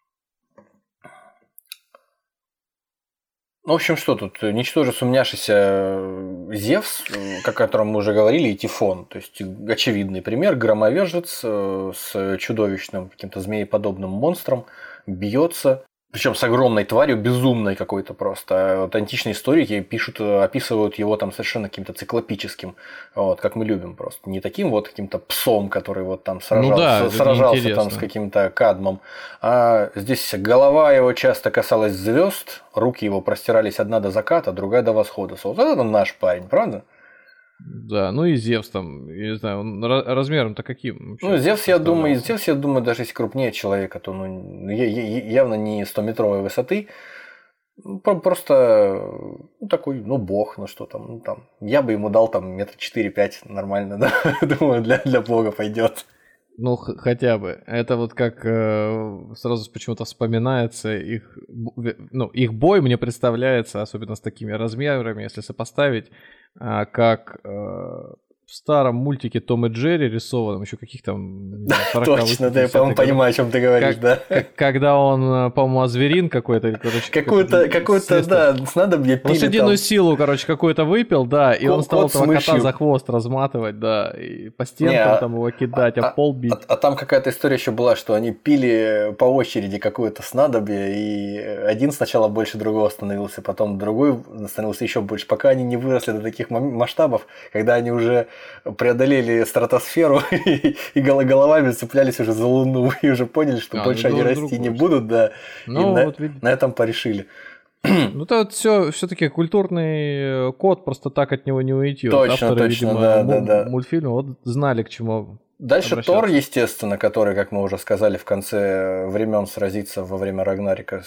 Ну, в общем, что тут? Ничтоже сумняшися Зевс, о котором мы уже говорили, и Тифон. То есть, очевидный пример. Громовержец с чудовищным каким-то змееподобным монстром бьется. Причем с огромной тварью, безумной какой-то просто. Вот античные историки описывают его там совершенно каким-то циклопическим, вот, как мы любим просто. Не таким вот каким-то псом, который вот там сражался там с каким-то Кадмом. А здесь голова его часто касалась звезд, руки его простирались одна до заката, другая до восхода. Вот это наш парень, правда? Да, ну и Зевс там, я не знаю, он размером-то каким? Ну, Зевс, я думаю, даже если крупнее человека, то явно не 100-метровой высоты. Просто такой, бог, что там, Я бы ему дал там 4-5 метра, нормально, да? Думаю, для бога пойдет. Ну, хотя бы. Это вот как сразу почему-то вспоминается их бой, мне представляется, особенно с такими размерами, если сопоставить, как в старом мультике Том и Джерри рисованном, еще каких-то 40-х. Точно, да, я, по-моему, понимаю, о чем ты говоришь, да. Когда он, по-моему, азверин какой-то, короче. Какую-то, да, снадобье пили. Лошадиную силу, короче, какую-то выпил, да, и он стал этого кота за хвост разматывать, да, и по стенкам там его кидать, а пол бить. А там какая-то история еще была, что они пили по очереди какое-то снадобье, и один сначала больше другого становился, потом другой становился еще больше, пока они не выросли до таких масштабов, когда они уже преодолели стратосферу и головами цеплялись уже за Луну и уже поняли, что больше они расти не будут, да, и на этом порешили. Ну, это вот все-таки культурный код, просто так от него не уйти. Точно, авторы, точно, видимо, да. Мультфильма вот знали, к чему. Дальше Тор, естественно, который, как мы уже сказали, в конце времен сразится во время Рагнарёка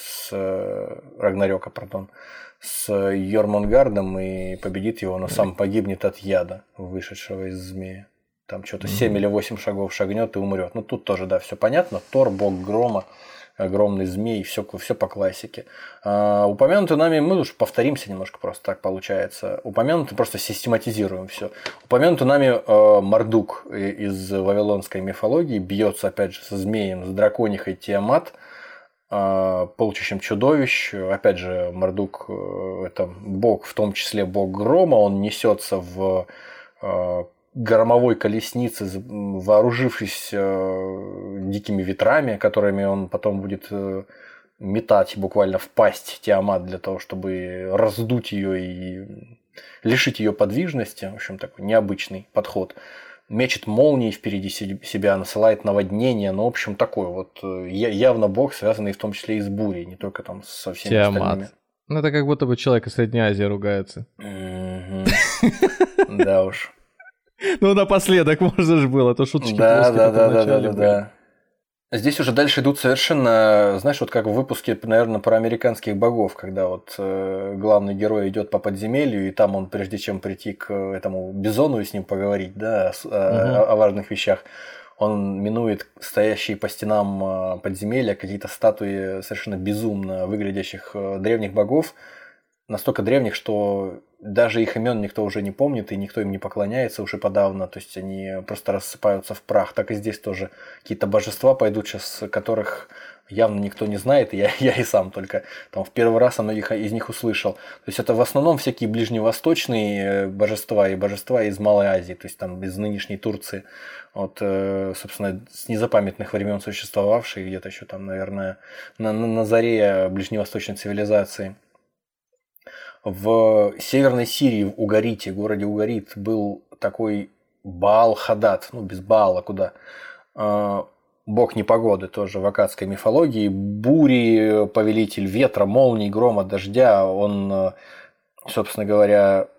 с Йормунгардом и победит его, но сам погибнет от яда, вышедшего из змея. Там что-то 7 или 8 шагов шагнет и умрет. Ну, тут тоже, да, все понятно. Тор, бог грома, огромный змей, все по классике. Упомянуты нами, мы уж повторимся немножко, просто так получается. Упомянуты, просто систематизируем все. Упомянуты нами Мардук из вавилонской мифологии, бьется опять же со змеем, с драконихой Тиамат, полчищем чудовищ. Опять же, Мардук это бог, в том числе бог грома, он несется в громовой колеснице, вооружившись дикими ветрами, которыми он потом будет метать буквально в пасть Тиамат для того, чтобы раздуть ее и лишить ее подвижности. В общем, такой необычный подход. Мечет молнии впереди себя, насылает наводнение. Ну, в общем, такой вот явно бог, связанный в том числе и с бурей, не только там со всеми остальными. Ну, это как будто бы человек из Средней Азии ругается. Да уж. Ну, напоследок можно же было, то шуточки Да. Здесь уже дальше идут совершенно, знаешь, вот как в выпуске, наверное, про американских богов, когда вот главный герой идет по подземелью, и там он, прежде чем прийти к этому бизону и с ним поговорить, да, о важных вещах, он минует стоящие по стенам подземелья какие-то статуи совершенно безумно выглядящих древних богов, настолько древних, что даже их имен никто уже не помнит, и никто им не поклоняется уже подавно, то есть они просто рассыпаются в прах. Так и здесь тоже какие-то божества пойдут сейчас, которых явно никто не знает, и я и сам только там в первый раз о многих из них услышал. То есть это в основном всякие ближневосточные божества и божества из Малой Азии, то есть там из нынешней Турции, вот, собственно, с незапамятных времен существовавшие, где-то еще там, наверное, на заре ближневосточной цивилизации. В Северной Сирии, в Угарите, городе Угарит, был такой Баал-Хадад, ну без Баала куда, бог непогоды тоже в аккадской мифологии, бури, повелитель ветра, молний, грома, дождя. Он, собственно говоря,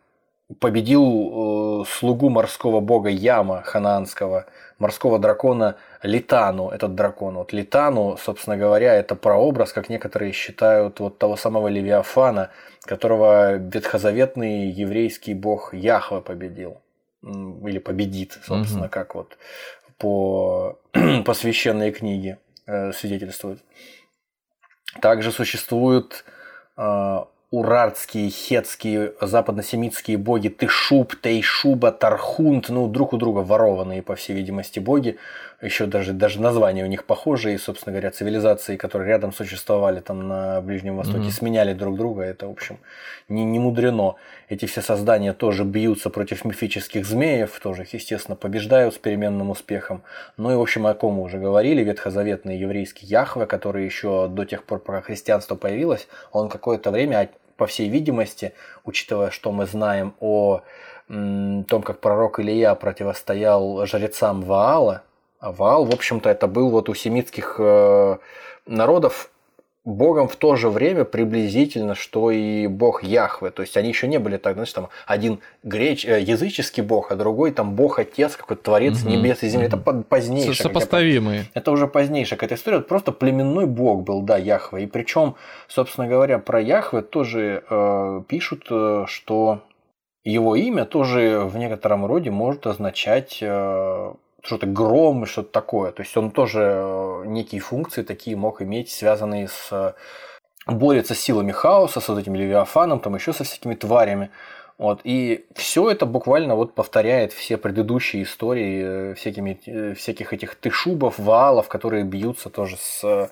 победил слугу морского бога Яма ханаанского, морского дракона Литану. Этот дракон. Вот Литану, собственно говоря, это прообраз, как некоторые считают, вот того самого Левиафана, которого ветхозаветный еврейский бог Яхве победил. Или победит, собственно, как вот по священной книге свидетельствует. Также существуют урартские, хетские, западносемитские боги Тышуб, Тейшуба, Тархунт, друг у друга ворованные, по всей видимости, боги. Еще даже названия у них похожие, и, собственно говоря, цивилизации, которые рядом существовали там на Ближнем Востоке, сменяли друг друга. Это, в общем, не мудрено. Эти все создания тоже бьются против мифических змеев, тоже их, естественно, побеждают с переменным успехом. Ну и, в общем, о ком мы уже говорили, ветхозаветный еврейский Яхве, который еще до тех пор, пока христианство появилось, он какое-то время, по всей видимости, учитывая, что мы знаем о том, как пророк Илия противостоял жрецам Ваала, а Ваал, в общем-то, это был вот у семитских народов богом в то же время приблизительно, что и бог Яхве. То есть они еще не были так, значит, там один языческий бог, а другой там бог-отец, какой-то творец небес и земли. Это позднейшее. Сопоставимые. Это уже позднейшая какая-то история. Вот просто племенной бог был, да, Яхве. И причем, собственно говоря, про Яхве тоже пишут, что его имя тоже в некотором роде может означать что-то гром и что-то такое. То есть он тоже некие функции такие мог иметь, связанные с... борется с силами хаоса, с вот этим Левиафаном, там еще со всякими тварями. Вот. И все это буквально вот повторяет все предыдущие истории всяких этих тышубов, ваалов, которые бьются тоже с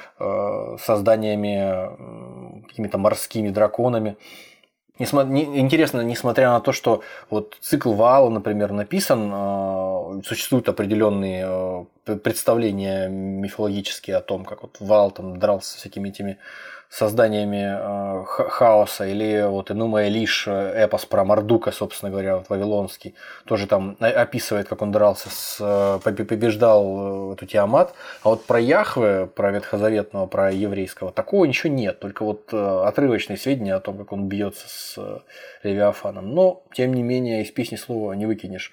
созданиями, какими-то морскими драконами. Интересно, несмотря на то, что вот цикл Ваала, например, написан, существуют определенные представления мифологические о том, как вот Ваал там дрался со всякими этими созданиями хаоса, или вот Энума Элиш, эпос про Мардука, собственно говоря, вот вавилонский, тоже там описывает, как он дрался, побеждал эту Тиамат, а вот про Яхве, про ветхозаветного, про еврейского, такого ничего нет, только вот отрывочные сведения о том, как он бьется с Левиафаном. Но, тем не менее, из песни слова не выкинешь.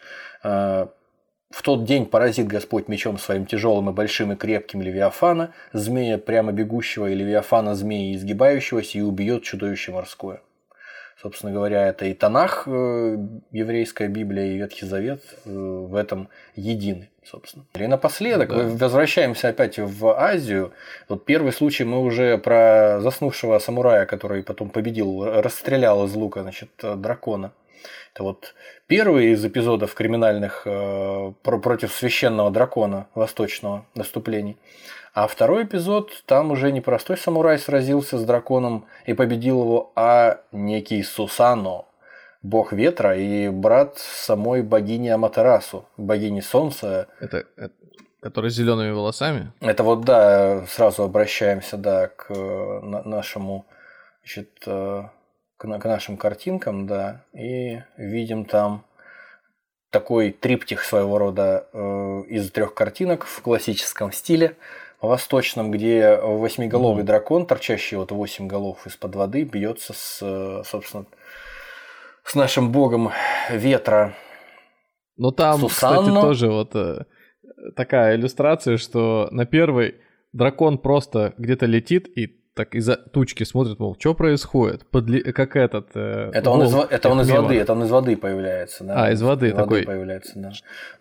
В тот день поразит Господь мечом своим тяжелым и большим и крепким Левиафана, змея прямо бегущего и Левиафана змеи изгибающегося, и убьет чудовище морское. Собственно говоря, это и Танах, еврейская Библия, и Ветхий Завет в этом едины, собственно. И напоследок возвращаемся опять в Азию. Вот первый случай мы уже про заснувшего самурая, который потом победил, расстрелял из лука, значит, дракона. Это вот первый из эпизодов криминальных против священного дракона восточного наступлений. А второй эпизод, там уже не простой самурай сразился с драконом и победил его, а некий Сусано, бог ветра и брат самой богини Аматерасу, богини солнца. Это который с зелеными волосами? Это вот, да, сразу обращаемся, да, к нашему, значит, к нашим картинкам, да, и видим там такой триптих своего рода из 3 картинок в классическом стиле восточном, где восьмиголовый дракон, торчащий вот 8 голов из-под воды, бьется собственно, с нашим богом ветра. Ну там, Сусанно. Кстати, тоже вот такая иллюстрация, что на первой дракон просто где-то летит и так из-за тучки смотрит, мол, что происходит? Как этот... Это он из воды появляется, да. Из воды такой. Появляется, да.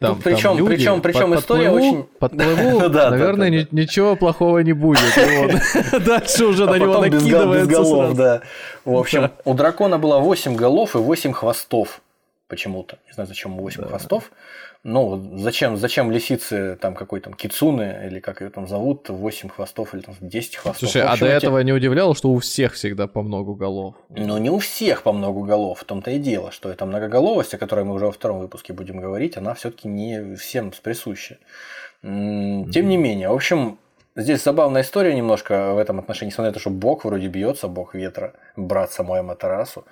Причем история очень... Подплыву, наверное, ничего плохого не будет. Дальше уже на него накидывается без голов, да. В общем, у дракона было 8 голов и 8 хвостов почему-то. Не знаю, зачем 8 хвостов. Ну, зачем лисице, там, какой там, кицуне, или как ее там зовут, 8 хвостов или там 10 хвостов. Слушай, а до этого не удивляло, что у всех всегда по много голов? Ну, не у всех по много голов, в том-то и дело, что эта многоголовость, о которой мы уже во втором выпуске будем говорить, она все-таки не всем присуща. Тем не менее, в общем, здесь забавная история немножко в этом отношении, несмотря на то, что бог вроде бьется, бог ветра, брат самой Аматерасу.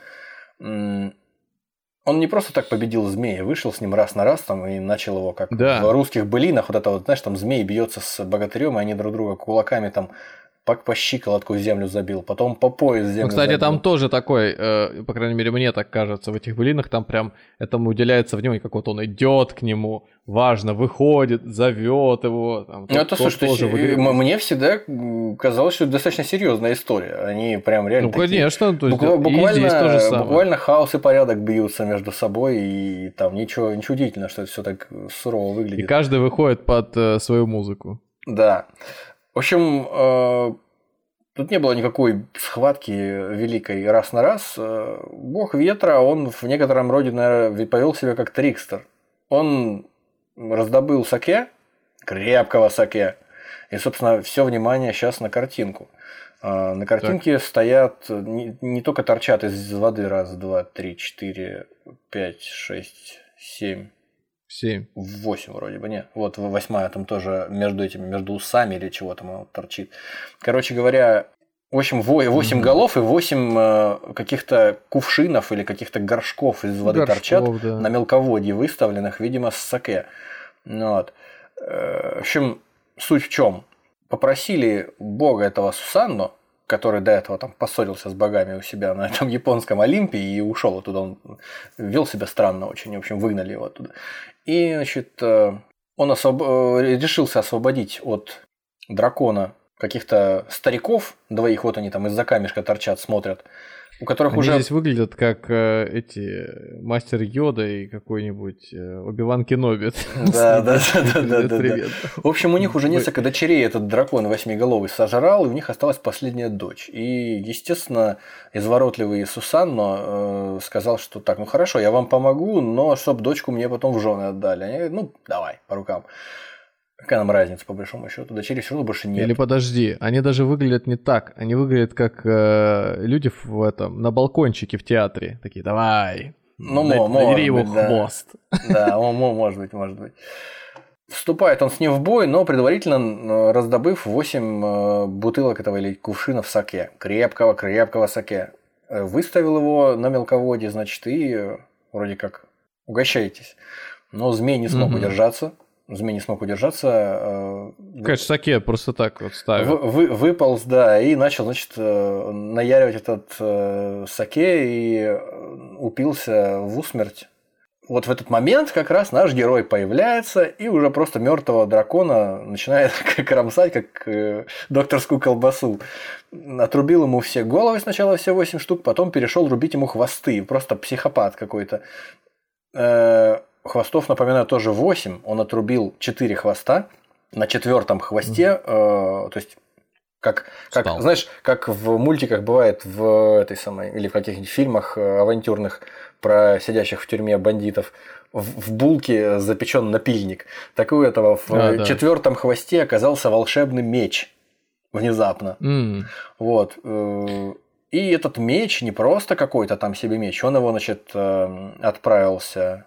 Он не просто так победил змея, вышел с ним раз на раз там, и начал его, как в русских былинах, вот это вот, знаешь, там змей бьется с богатырем, и они друг друга кулаками там по щиколотку в землю забил, потом по пояс в землю кстати, забил. там тоже такой, по крайней мере, мне так кажется, в этих былинах там прям этому уделяется внимание, как вот он идет к нему, важно, выходит, зовет его. Там, это, слушай, мне всегда казалось, что это достаточно серьезная история. Они прям реально конечно. То есть, буквально, здесь то же самое. Буквально хаос и порядок бьются между собой, и там ничего удивительного, что это все так сурово выглядит. И каждый выходит под свою музыку. Да. В общем, тут не было никакой схватки великой раз на раз. Бог ветра, он в некотором роде, наверное, повел себя как трикстер. Он раздобыл саке, крепкого саке, и, собственно, все внимание сейчас на картинку. На картинке стоят, не только торчат из воды 1, 2, 3, 4, 5, 6, 7. 8 вроде бы, нет. Вот 8 там тоже между усами или чего там торчит. Короче говоря, в общем, 8 голов и 8 каких-то кувшинов или каких-то горшков из воды торчат, да, на мелководье выставленных, видимо, с саке. Вот. В общем, суть в чем? Попросили бога этого Сусанно, который до этого там поссорился с богами у себя на этом японском Олимпе и ушел оттуда. Он вел себя странно очень, в общем, выгнали его оттуда. И, значит, он решился освободить от дракона каких-то стариков, 2, вот они там из-за камешка торчат, смотрят, у которых они уже... здесь выглядят как эти Мастер Йода и какой-нибудь Оби-Ван Кеноби. Да. В общем, у них уже несколько дочерей этот дракон 8-головый сожрал, и у них осталась последняя дочь. И, естественно, изворотливый Сусанно сказал, что так, ну хорошо, я вам помогу, но чтоб дочку мне потом в жены отдали. Они говорят, ну давай, по рукам. Какая нам разница, по большому счету? Дочерей все равно больше нет. Или подожди, они даже выглядят не так. Они выглядят как люди на балкончике в театре. Такие, давай, надери его хвост. Да, может быть. Вступает он с ним в бой, но предварительно раздобыв 8 бутылок этого или кувшинов саке. Крепкого саке. Выставил его на мелководье, значит, и вроде как угощайтесь. Но змей не смог удержаться. Конечно, саке просто так вот ставил. Выполз, да, и начал, значит, наяривать этот саке и упился в усмерть. Вот в этот момент как раз наш герой появляется и уже просто мертвого дракона начинает кромсать, как докторскую колбасу. Отрубил ему все головы сначала, все 8 штук, потом перешел рубить ему хвосты. Просто психопат какой-то. Хвостов, напоминаю, тоже 8. Он отрубил 4 хвоста. На 4-м хвосте, то есть, как знаешь, как в мультиках бывает в этой самой, или в каких-нибудь фильмах авантюрных про сидящих в тюрьме бандитов, в булке запечен напильник. Так и у этого в 4-м хвосте оказался волшебный меч. Внезапно. Вот. И этот меч не просто какой-то там себе меч, он его, значит, отправился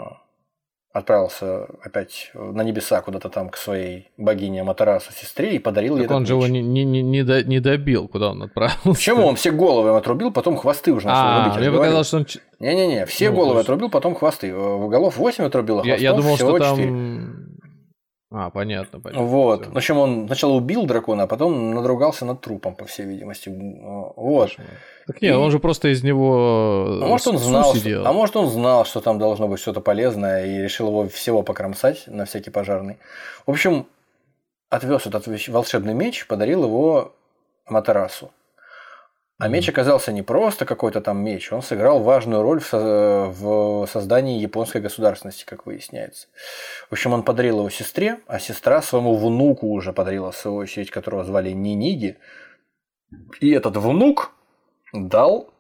опять на небеса куда-то там к своей богине Аматерасу, сестре, и подарил ей этот меч. Он же его не добил, куда он отправился. Почему? Он все головы им отрубил, потом хвосты уже начал рубить. Мне показалось, что он... Не-не-не, все головы отрубил, потом хвосты. Голов 8 отрубил, а хвостов я думал, всего что 4. Там... понятно. Вот. В общем, он сначала убил дракона, а потом надругался над трупом, по всей видимости. Вот. Так нет, он же просто из него может, он знал, что там должно быть что-то полезное, и решил его всего покромсать на всякий пожарный. В общем, отвез этот волшебный меч, подарил его Аматерасу. А меч оказался не просто какой-то там меч, он сыграл важную роль в создании японской государственности, как выясняется. В общем, он подарил его сестре, а сестра своему внуку уже подарила, в свою очередь, которого звали Ниниги. И этот внук дал,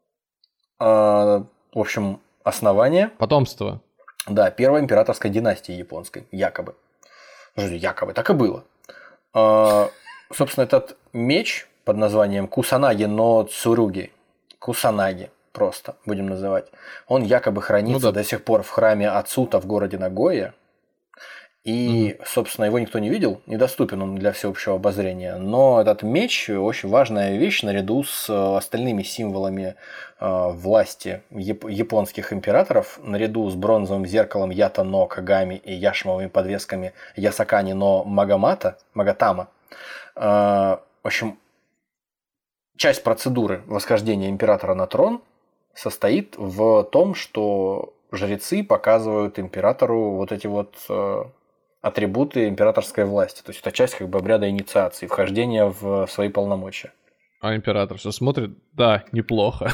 в общем, основание... Потомство. Да, первой императорской династии японской, якобы. Якобы, так и было. Собственно, этот меч под названием Кусанаги но Цуруги. Кусанаги просто будем называть. Он якобы хранится до сих пор в храме Ацута в городе Нагоя. И, собственно, его никто не видел, недоступен он для всеобщего обозрения. Но этот меч очень важная вещь наряду с остальными символами власти японских императоров, наряду с бронзовым зеркалом Ята но Кагами и яшмовыми подвесками Ясакани но Магатама. в общем, часть процедуры восхождения императора на трон состоит в том, что жрецы показывают императору вот эти вот атрибуты императорской власти. То есть это часть как бы обряда инициации, вхождения в свои полномочия. А император все смотрит, да, неплохо.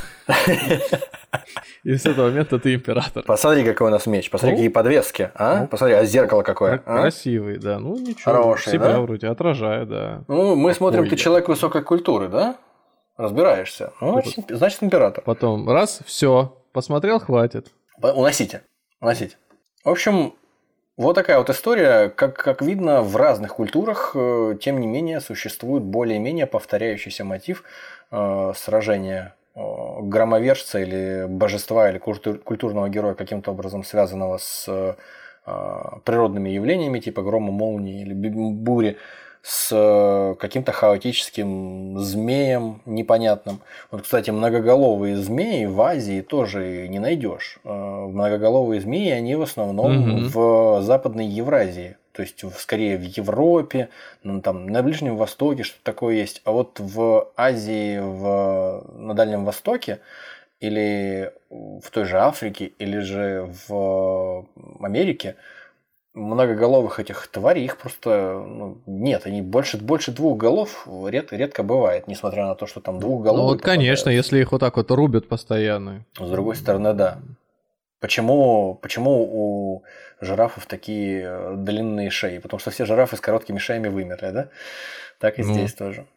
И с этого момента ты император. Посмотри, какой у нас меч, посмотри, какие подвески. Посмотри, а зеркало какое. Красивый, да. Ну ничего, хороший, себя да? вроде отражает, да. Ну, мы смотрим, ты человек высокой культуры, да? Разбираешься. Ну, значит, император. Потом раз, все, посмотрел, хватит. Уносите. В общем, вот такая вот история. Как видно, в разных культурах, тем не менее, существует более-менее повторяющийся мотив сражения громовержца или божества или культурного героя, каким-то образом связанного с природными явлениями, типа грома, молнии или бури, с каким-то хаотическим змеем непонятным. Вот, кстати, многоголовые змеи в Азии тоже не найдешь. Многоголовые змеи, они в основном в Западной Евразии. То есть, скорее в Европе, там, на Ближнем Востоке что-то такое есть. А вот в Азии, на Дальнем Востоке или в той же Африке, или же в Америке многоголовых этих тварей, их просто нет. Они больше двух голов редко бывает, несмотря на то, что там двухголовые. Ну вот, конечно, если их вот так вот рубят постоянно. С другой стороны, да. Почему у жирафов такие длинные шеи? Потому что все жирафы с короткими шеями вымерли, да? Так и здесь тоже.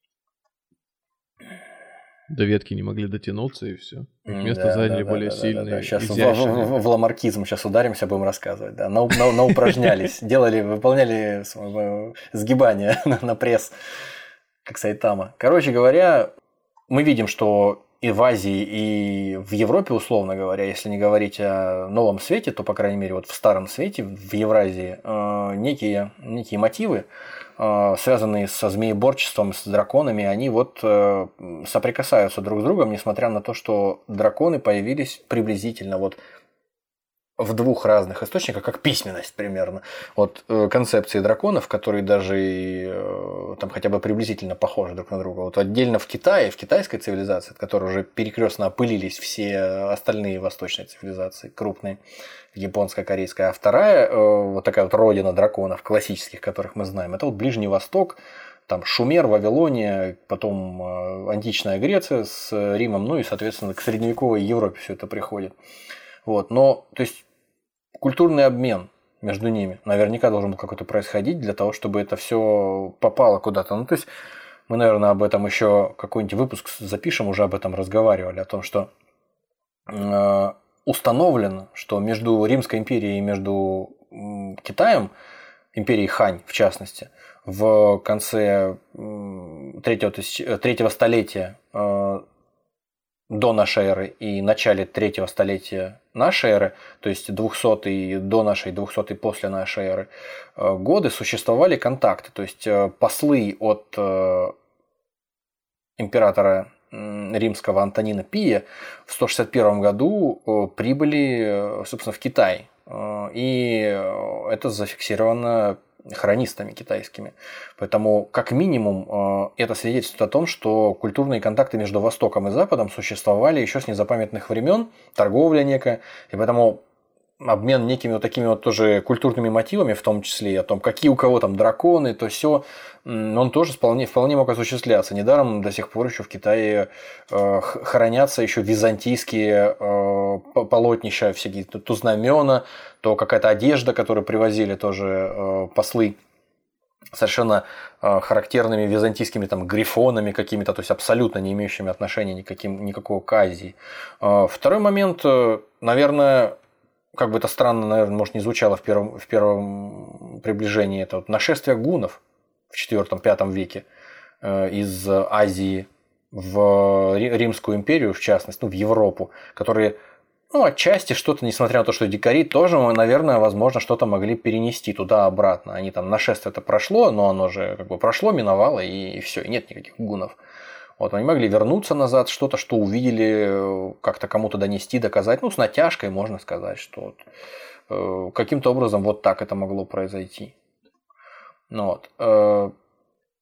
До ветки не могли дотянуться, и все. Место заняли более сильные. Сейчас в ламаркизм сейчас ударимся, будем рассказывать. Да. Наупражнялись, выполняли сгибания на пресс, как Сайтама. Короче говоря, мы видим, что и в Азии, и в Европе, условно говоря, если не говорить о Новом Свете, то, по крайней мере, вот в Старом Свете, в Евразии, некие мотивы, связанные со змееборчеством, с драконами, они вот соприкасаются друг с другом, несмотря на то, что драконы появились приблизительно вот в двух разных источниках, как письменность примерно. Вот концепции драконов, которые даже там хотя бы приблизительно похожи друг на друга. Вот отдельно в Китае, в китайской цивилизации, от которой уже перекрестно опылились все остальные восточные цивилизации, крупные, японская, корейская. А вторая, вот такая вот родина драконов, классических, которых мы знаем, это вот Ближний Восток, там Шумер, Вавилония, потом античная Греция с Римом, ну и, соответственно, к средневековой Европе все это приходит. Вот, но, то есть, культурный обмен между ними наверняка должен был какой-то происходить для того, чтобы это все попало куда-то. Ну, то есть, мы, наверное, об этом еще какой-нибудь выпуск запишем, уже об этом разговаривали, о том, что установлено, что между Римской империей и между Китаем, империей Хань в частности, в конце третьего столетия до нашей эры и начале третьего столетия нашей эры, то есть 200-й до нашей, 200-й после нашей эры годы, существовали контакты. То есть послы от императора римского Антонина Пия в 161 году прибыли, собственно, в Китай. И это зафиксировано хронистами китайскими. Поэтому, как минимум, это свидетельствует о том, что культурные контакты между Востоком и Западом существовали еще с незапамятных времен, торговля некая, и поэтому обмен некими вот такими вот тоже культурными мотивами, в том числе и о том, какие у кого там драконы, то все, он тоже вполне мог осуществляться. Недаром до сих пор еще в Китае хранятся еще византийские полотнища, всякие то знамена, то какая-то одежда, которую привозили тоже послы совершенно характерными византийскими там грифонами какими-то, то есть абсолютно не имеющими отношения никакого к Азии. Второй момент, наверное, как бы это странно, наверное, может, не звучало в первом приближении, это вот нашествие гуннов в IV-V веке из Азии в Римскую империю, в частности, в Европу, которые, отчасти что-то, несмотря на то, что дикари, тоже, наверное, возможно, что-то могли перенести туда-обратно. Они там, нашествие-то прошло, но оно же как бы прошло, миновало, и все, и нет никаких гуннов. Вот, они могли вернуться назад, что-то, что увидели, как-то кому-то донести, доказать. С натяжкой можно сказать, что каким-то образом вот так это могло произойти.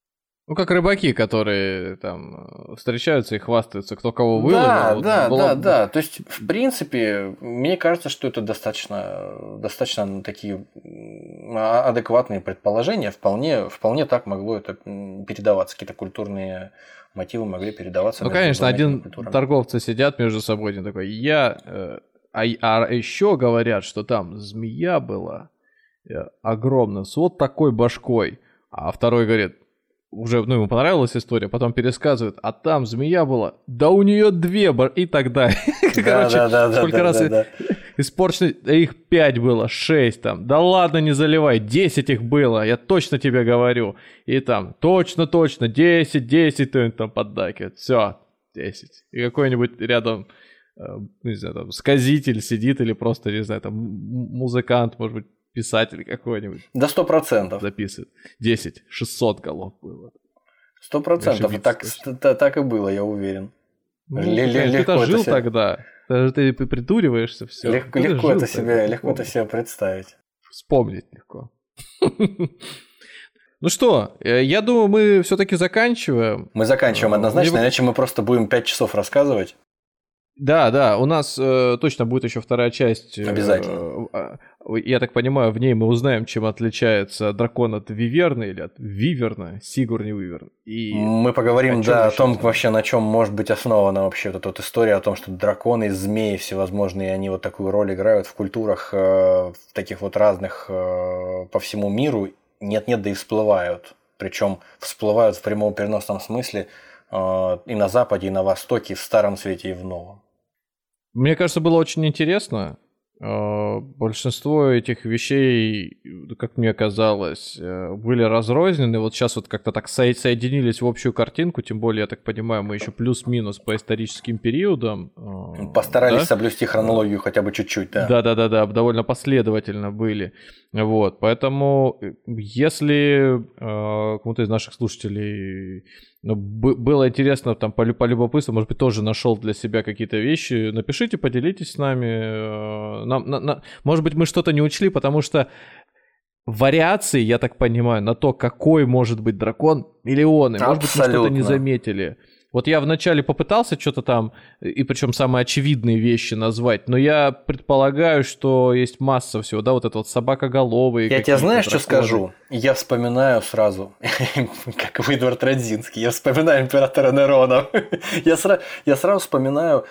Ну, как рыбаки, которые там встречаются и хвастаются, кто кого выловил. Да. То есть, в принципе, мне кажется, что это достаточно такие адекватные предположения. Вполне так могло это передаваться. Какие-то культурные мотивы могли передаваться. Ну, конечно, торговцы сидят между собой, один такой, а еще говорят, что там змея была огромная, с вот такой башкой. А второй говорит, уже, ему понравилась история, потом пересказывает, а там змея была, да у нее 2 и так далее. Короче, сколько раз испорчено, их 5 было, 6 там, да ладно, не заливай, 10 их было, я точно тебе говорю. И там, точно, 10, кто-нибудь там поддакивает, все, 10. И какой-нибудь рядом, не знаю, там, сказитель сидит или просто, не знаю, там, музыкант, может быть, писатель какой-нибудь. Да 100%. Записывает. 10, 600 голов было. 100%. Так и было, я уверен. Ты-то жил тогда. Ты придуриваешься, все. Легко это себе представить. Вспомнить легко. Ну что, я думаю, мы все-таки заканчиваем. Мы заканчиваем однозначно, иначе мы просто будем 5 часов рассказывать. Да, у нас точно будет еще вторая часть. Обязательно. Я так понимаю, в ней мы узнаем, чем отличается дракон от виверны или от виверна, Сигурни Уиверн. И мы поговорим, о том вообще, на чем может быть основана вообще эта история, о том, что драконы, змеи всевозможные, они вот такую роль играют в культурах в таких вот разных по всему миру. Нет-нет, да и всплывают. Причем всплывают в прямом переносном смысле и на Западе, и на Востоке, и в Старом Свете, и в Новом. Мне кажется, было очень интересно. Большинство этих вещей, как мне казалось, были разрознены. Вот сейчас вот как-то так соединились в общую картинку. Тем более, я так понимаю, мы еще плюс-минус по историческим периодам. Постарались соблюсти хронологию хотя бы чуть-чуть, да. Да, довольно последовательно были. Вот, поэтому, если кому-то из наших слушателей было интересно там полюбопытствовать, может быть, тоже нашел для себя какие-то вещи, напишите, поделитесь с нами. Может быть, мы что-то не учли, потому что вариаций, я так понимаю, на то, какой может быть дракон, миллионы. Может быть, мы что-то не заметили. Вот я вначале попытался что-то там, и причем самые очевидные вещи назвать, но я предполагаю, что есть масса всего, да, вот это вот собакоголовые. Я тебе знаешь, что скажу? Я вспоминаю сразу, как Эдвард Радзинский, я вспоминаю императора Нерона. Я сразу вспоминаю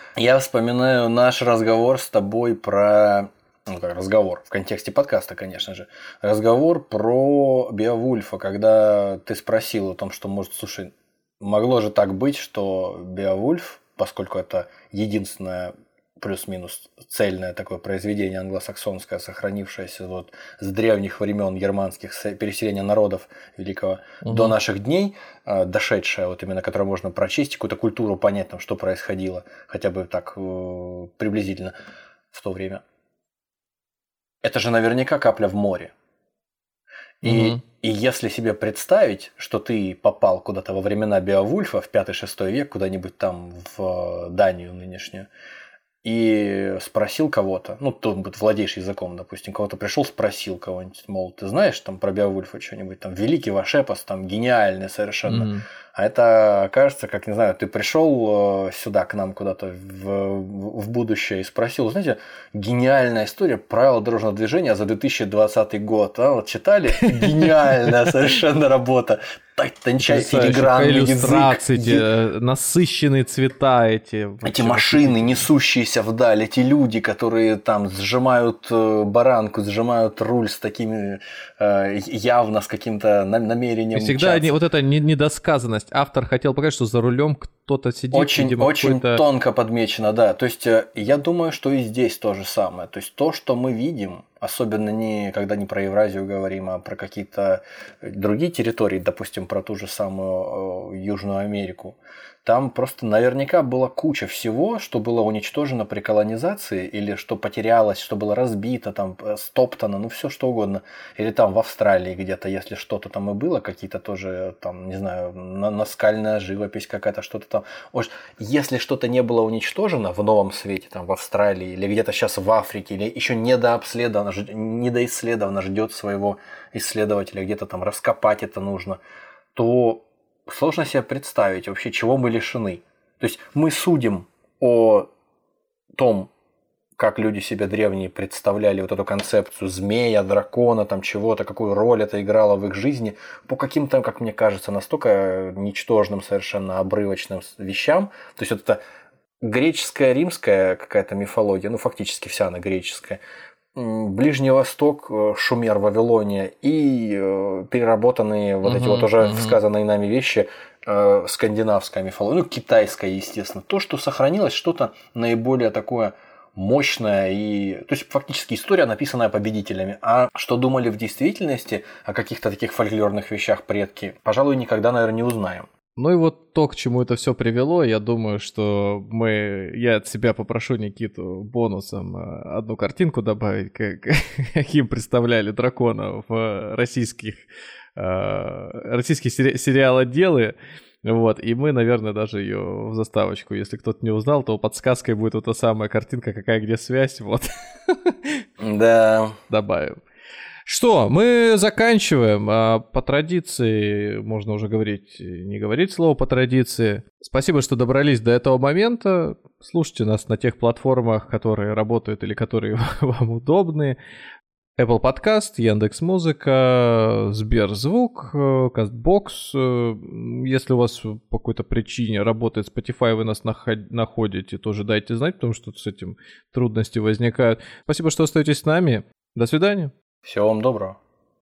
наш разговор с тобой про... разговор в контексте подкаста, конечно же. Разговор про Беовульфа, когда ты спросил о том, что, может, слушай, могло же так быть, что Беовульф, поскольку это единственное плюс-минус цельное такое произведение англосаксонское, сохранившееся вот с древних времен германских переселения народов великого до наших дней, дошедшее, вот именно, которое можно прочесть, какую-то культуру понять, там, что происходило, хотя бы так приблизительно в то время. Это же наверняка капля в море. И если себе представить, что ты попал куда-то во времена Беовульфа, в 5-6 век, куда-нибудь там в Данию нынешнюю, и спросил кого-то, ну, ты владеешь языком, допустим, кого-то пришел, спросил кого-нибудь, мол, ты знаешь там про Беовульфа что-нибудь, там, великий ваш эпос, там, гениальный совершенно. А это, кажется, как, не знаю, ты пришел сюда к нам куда-то в будущее и спросил, знаете, гениальная история, правила дорожного движения за 2020 год. А? Вот читали? Гениальная совершенно работа. Так тончайший филигранный язык. Насыщенные цвета эти. Эти машины, несущиеся вдаль, эти люди, которые там сжимают баранку, сжимают руль с такими явно с каким-то намерением. И всегда вот эта недосказанность. Автор хотел показать, что за рулем кто-то сидит. Очень тонко подмечено, да. То есть я думаю, что и здесь то же самое. То есть то, что мы видим, особенно когда не про Евразию говорим, а про какие-то другие территории, допустим, про ту же самую Южную Америку, там просто наверняка была куча всего, что было уничтожено при колонизации, или что потерялось, что было разбито, там, стоптано, ну все что угодно. Или там в Австралии где-то, если что-то там и было, какие-то тоже, там, не знаю, наскальная живопись какая-то, что-то там. Если что-то не было уничтожено в Новом Свете, там, в Австралии, или где-то сейчас в Африке, или еще недоисследовано, ждет своего исследователя, где-то там раскопать это нужно, то сложно себе представить вообще, чего мы лишены. То есть мы судим о том, как люди себе древние представляли вот эту концепцию змея, дракона, там чего-то, какую роль это играло в их жизни, по каким-то, как мне кажется, настолько ничтожным, совершенно обрывочным вещам. То есть вот это греческая, римская какая-то мифология, ну фактически вся она греческая, Ближний Восток, Шумер, Вавилония и переработанные вот эти вот уже сказанные нами вещи, скандинавская мифология, ну китайская, естественно. То, что сохранилось, что-то наиболее такое мощная и... То есть, фактически история, написанная победителями. А что думали в действительности о каких-то таких фольклорных вещах предки, пожалуй, никогда, наверное, не узнаем. Ну и вот то, к чему это все привело, я думаю, что я от себя попрошу Никиту бонусом одну картинку добавить, каким представляли дракона в российские сериалоделы. Вот, и мы, наверное, даже ее в заставочку, если кто-то не узнал, то подсказкой будет вот та самая картинка, какая где связь, вот. Да. Добавим. Что, мы заканчиваем. По традиции, можно уже не говорить слово по традиции. Спасибо, что добрались до этого момента. Слушайте нас на тех платформах, которые работают или которые вам удобны. Apple Podcast, Яндекс.Музыка, Сберзвук, Castbox. Если у вас по какой-то причине работает Spotify, вы нас находите, тоже дайте знать, потому что с этим трудности возникают. Спасибо, что остаетесь с нами. До свидания. Всего вам доброго.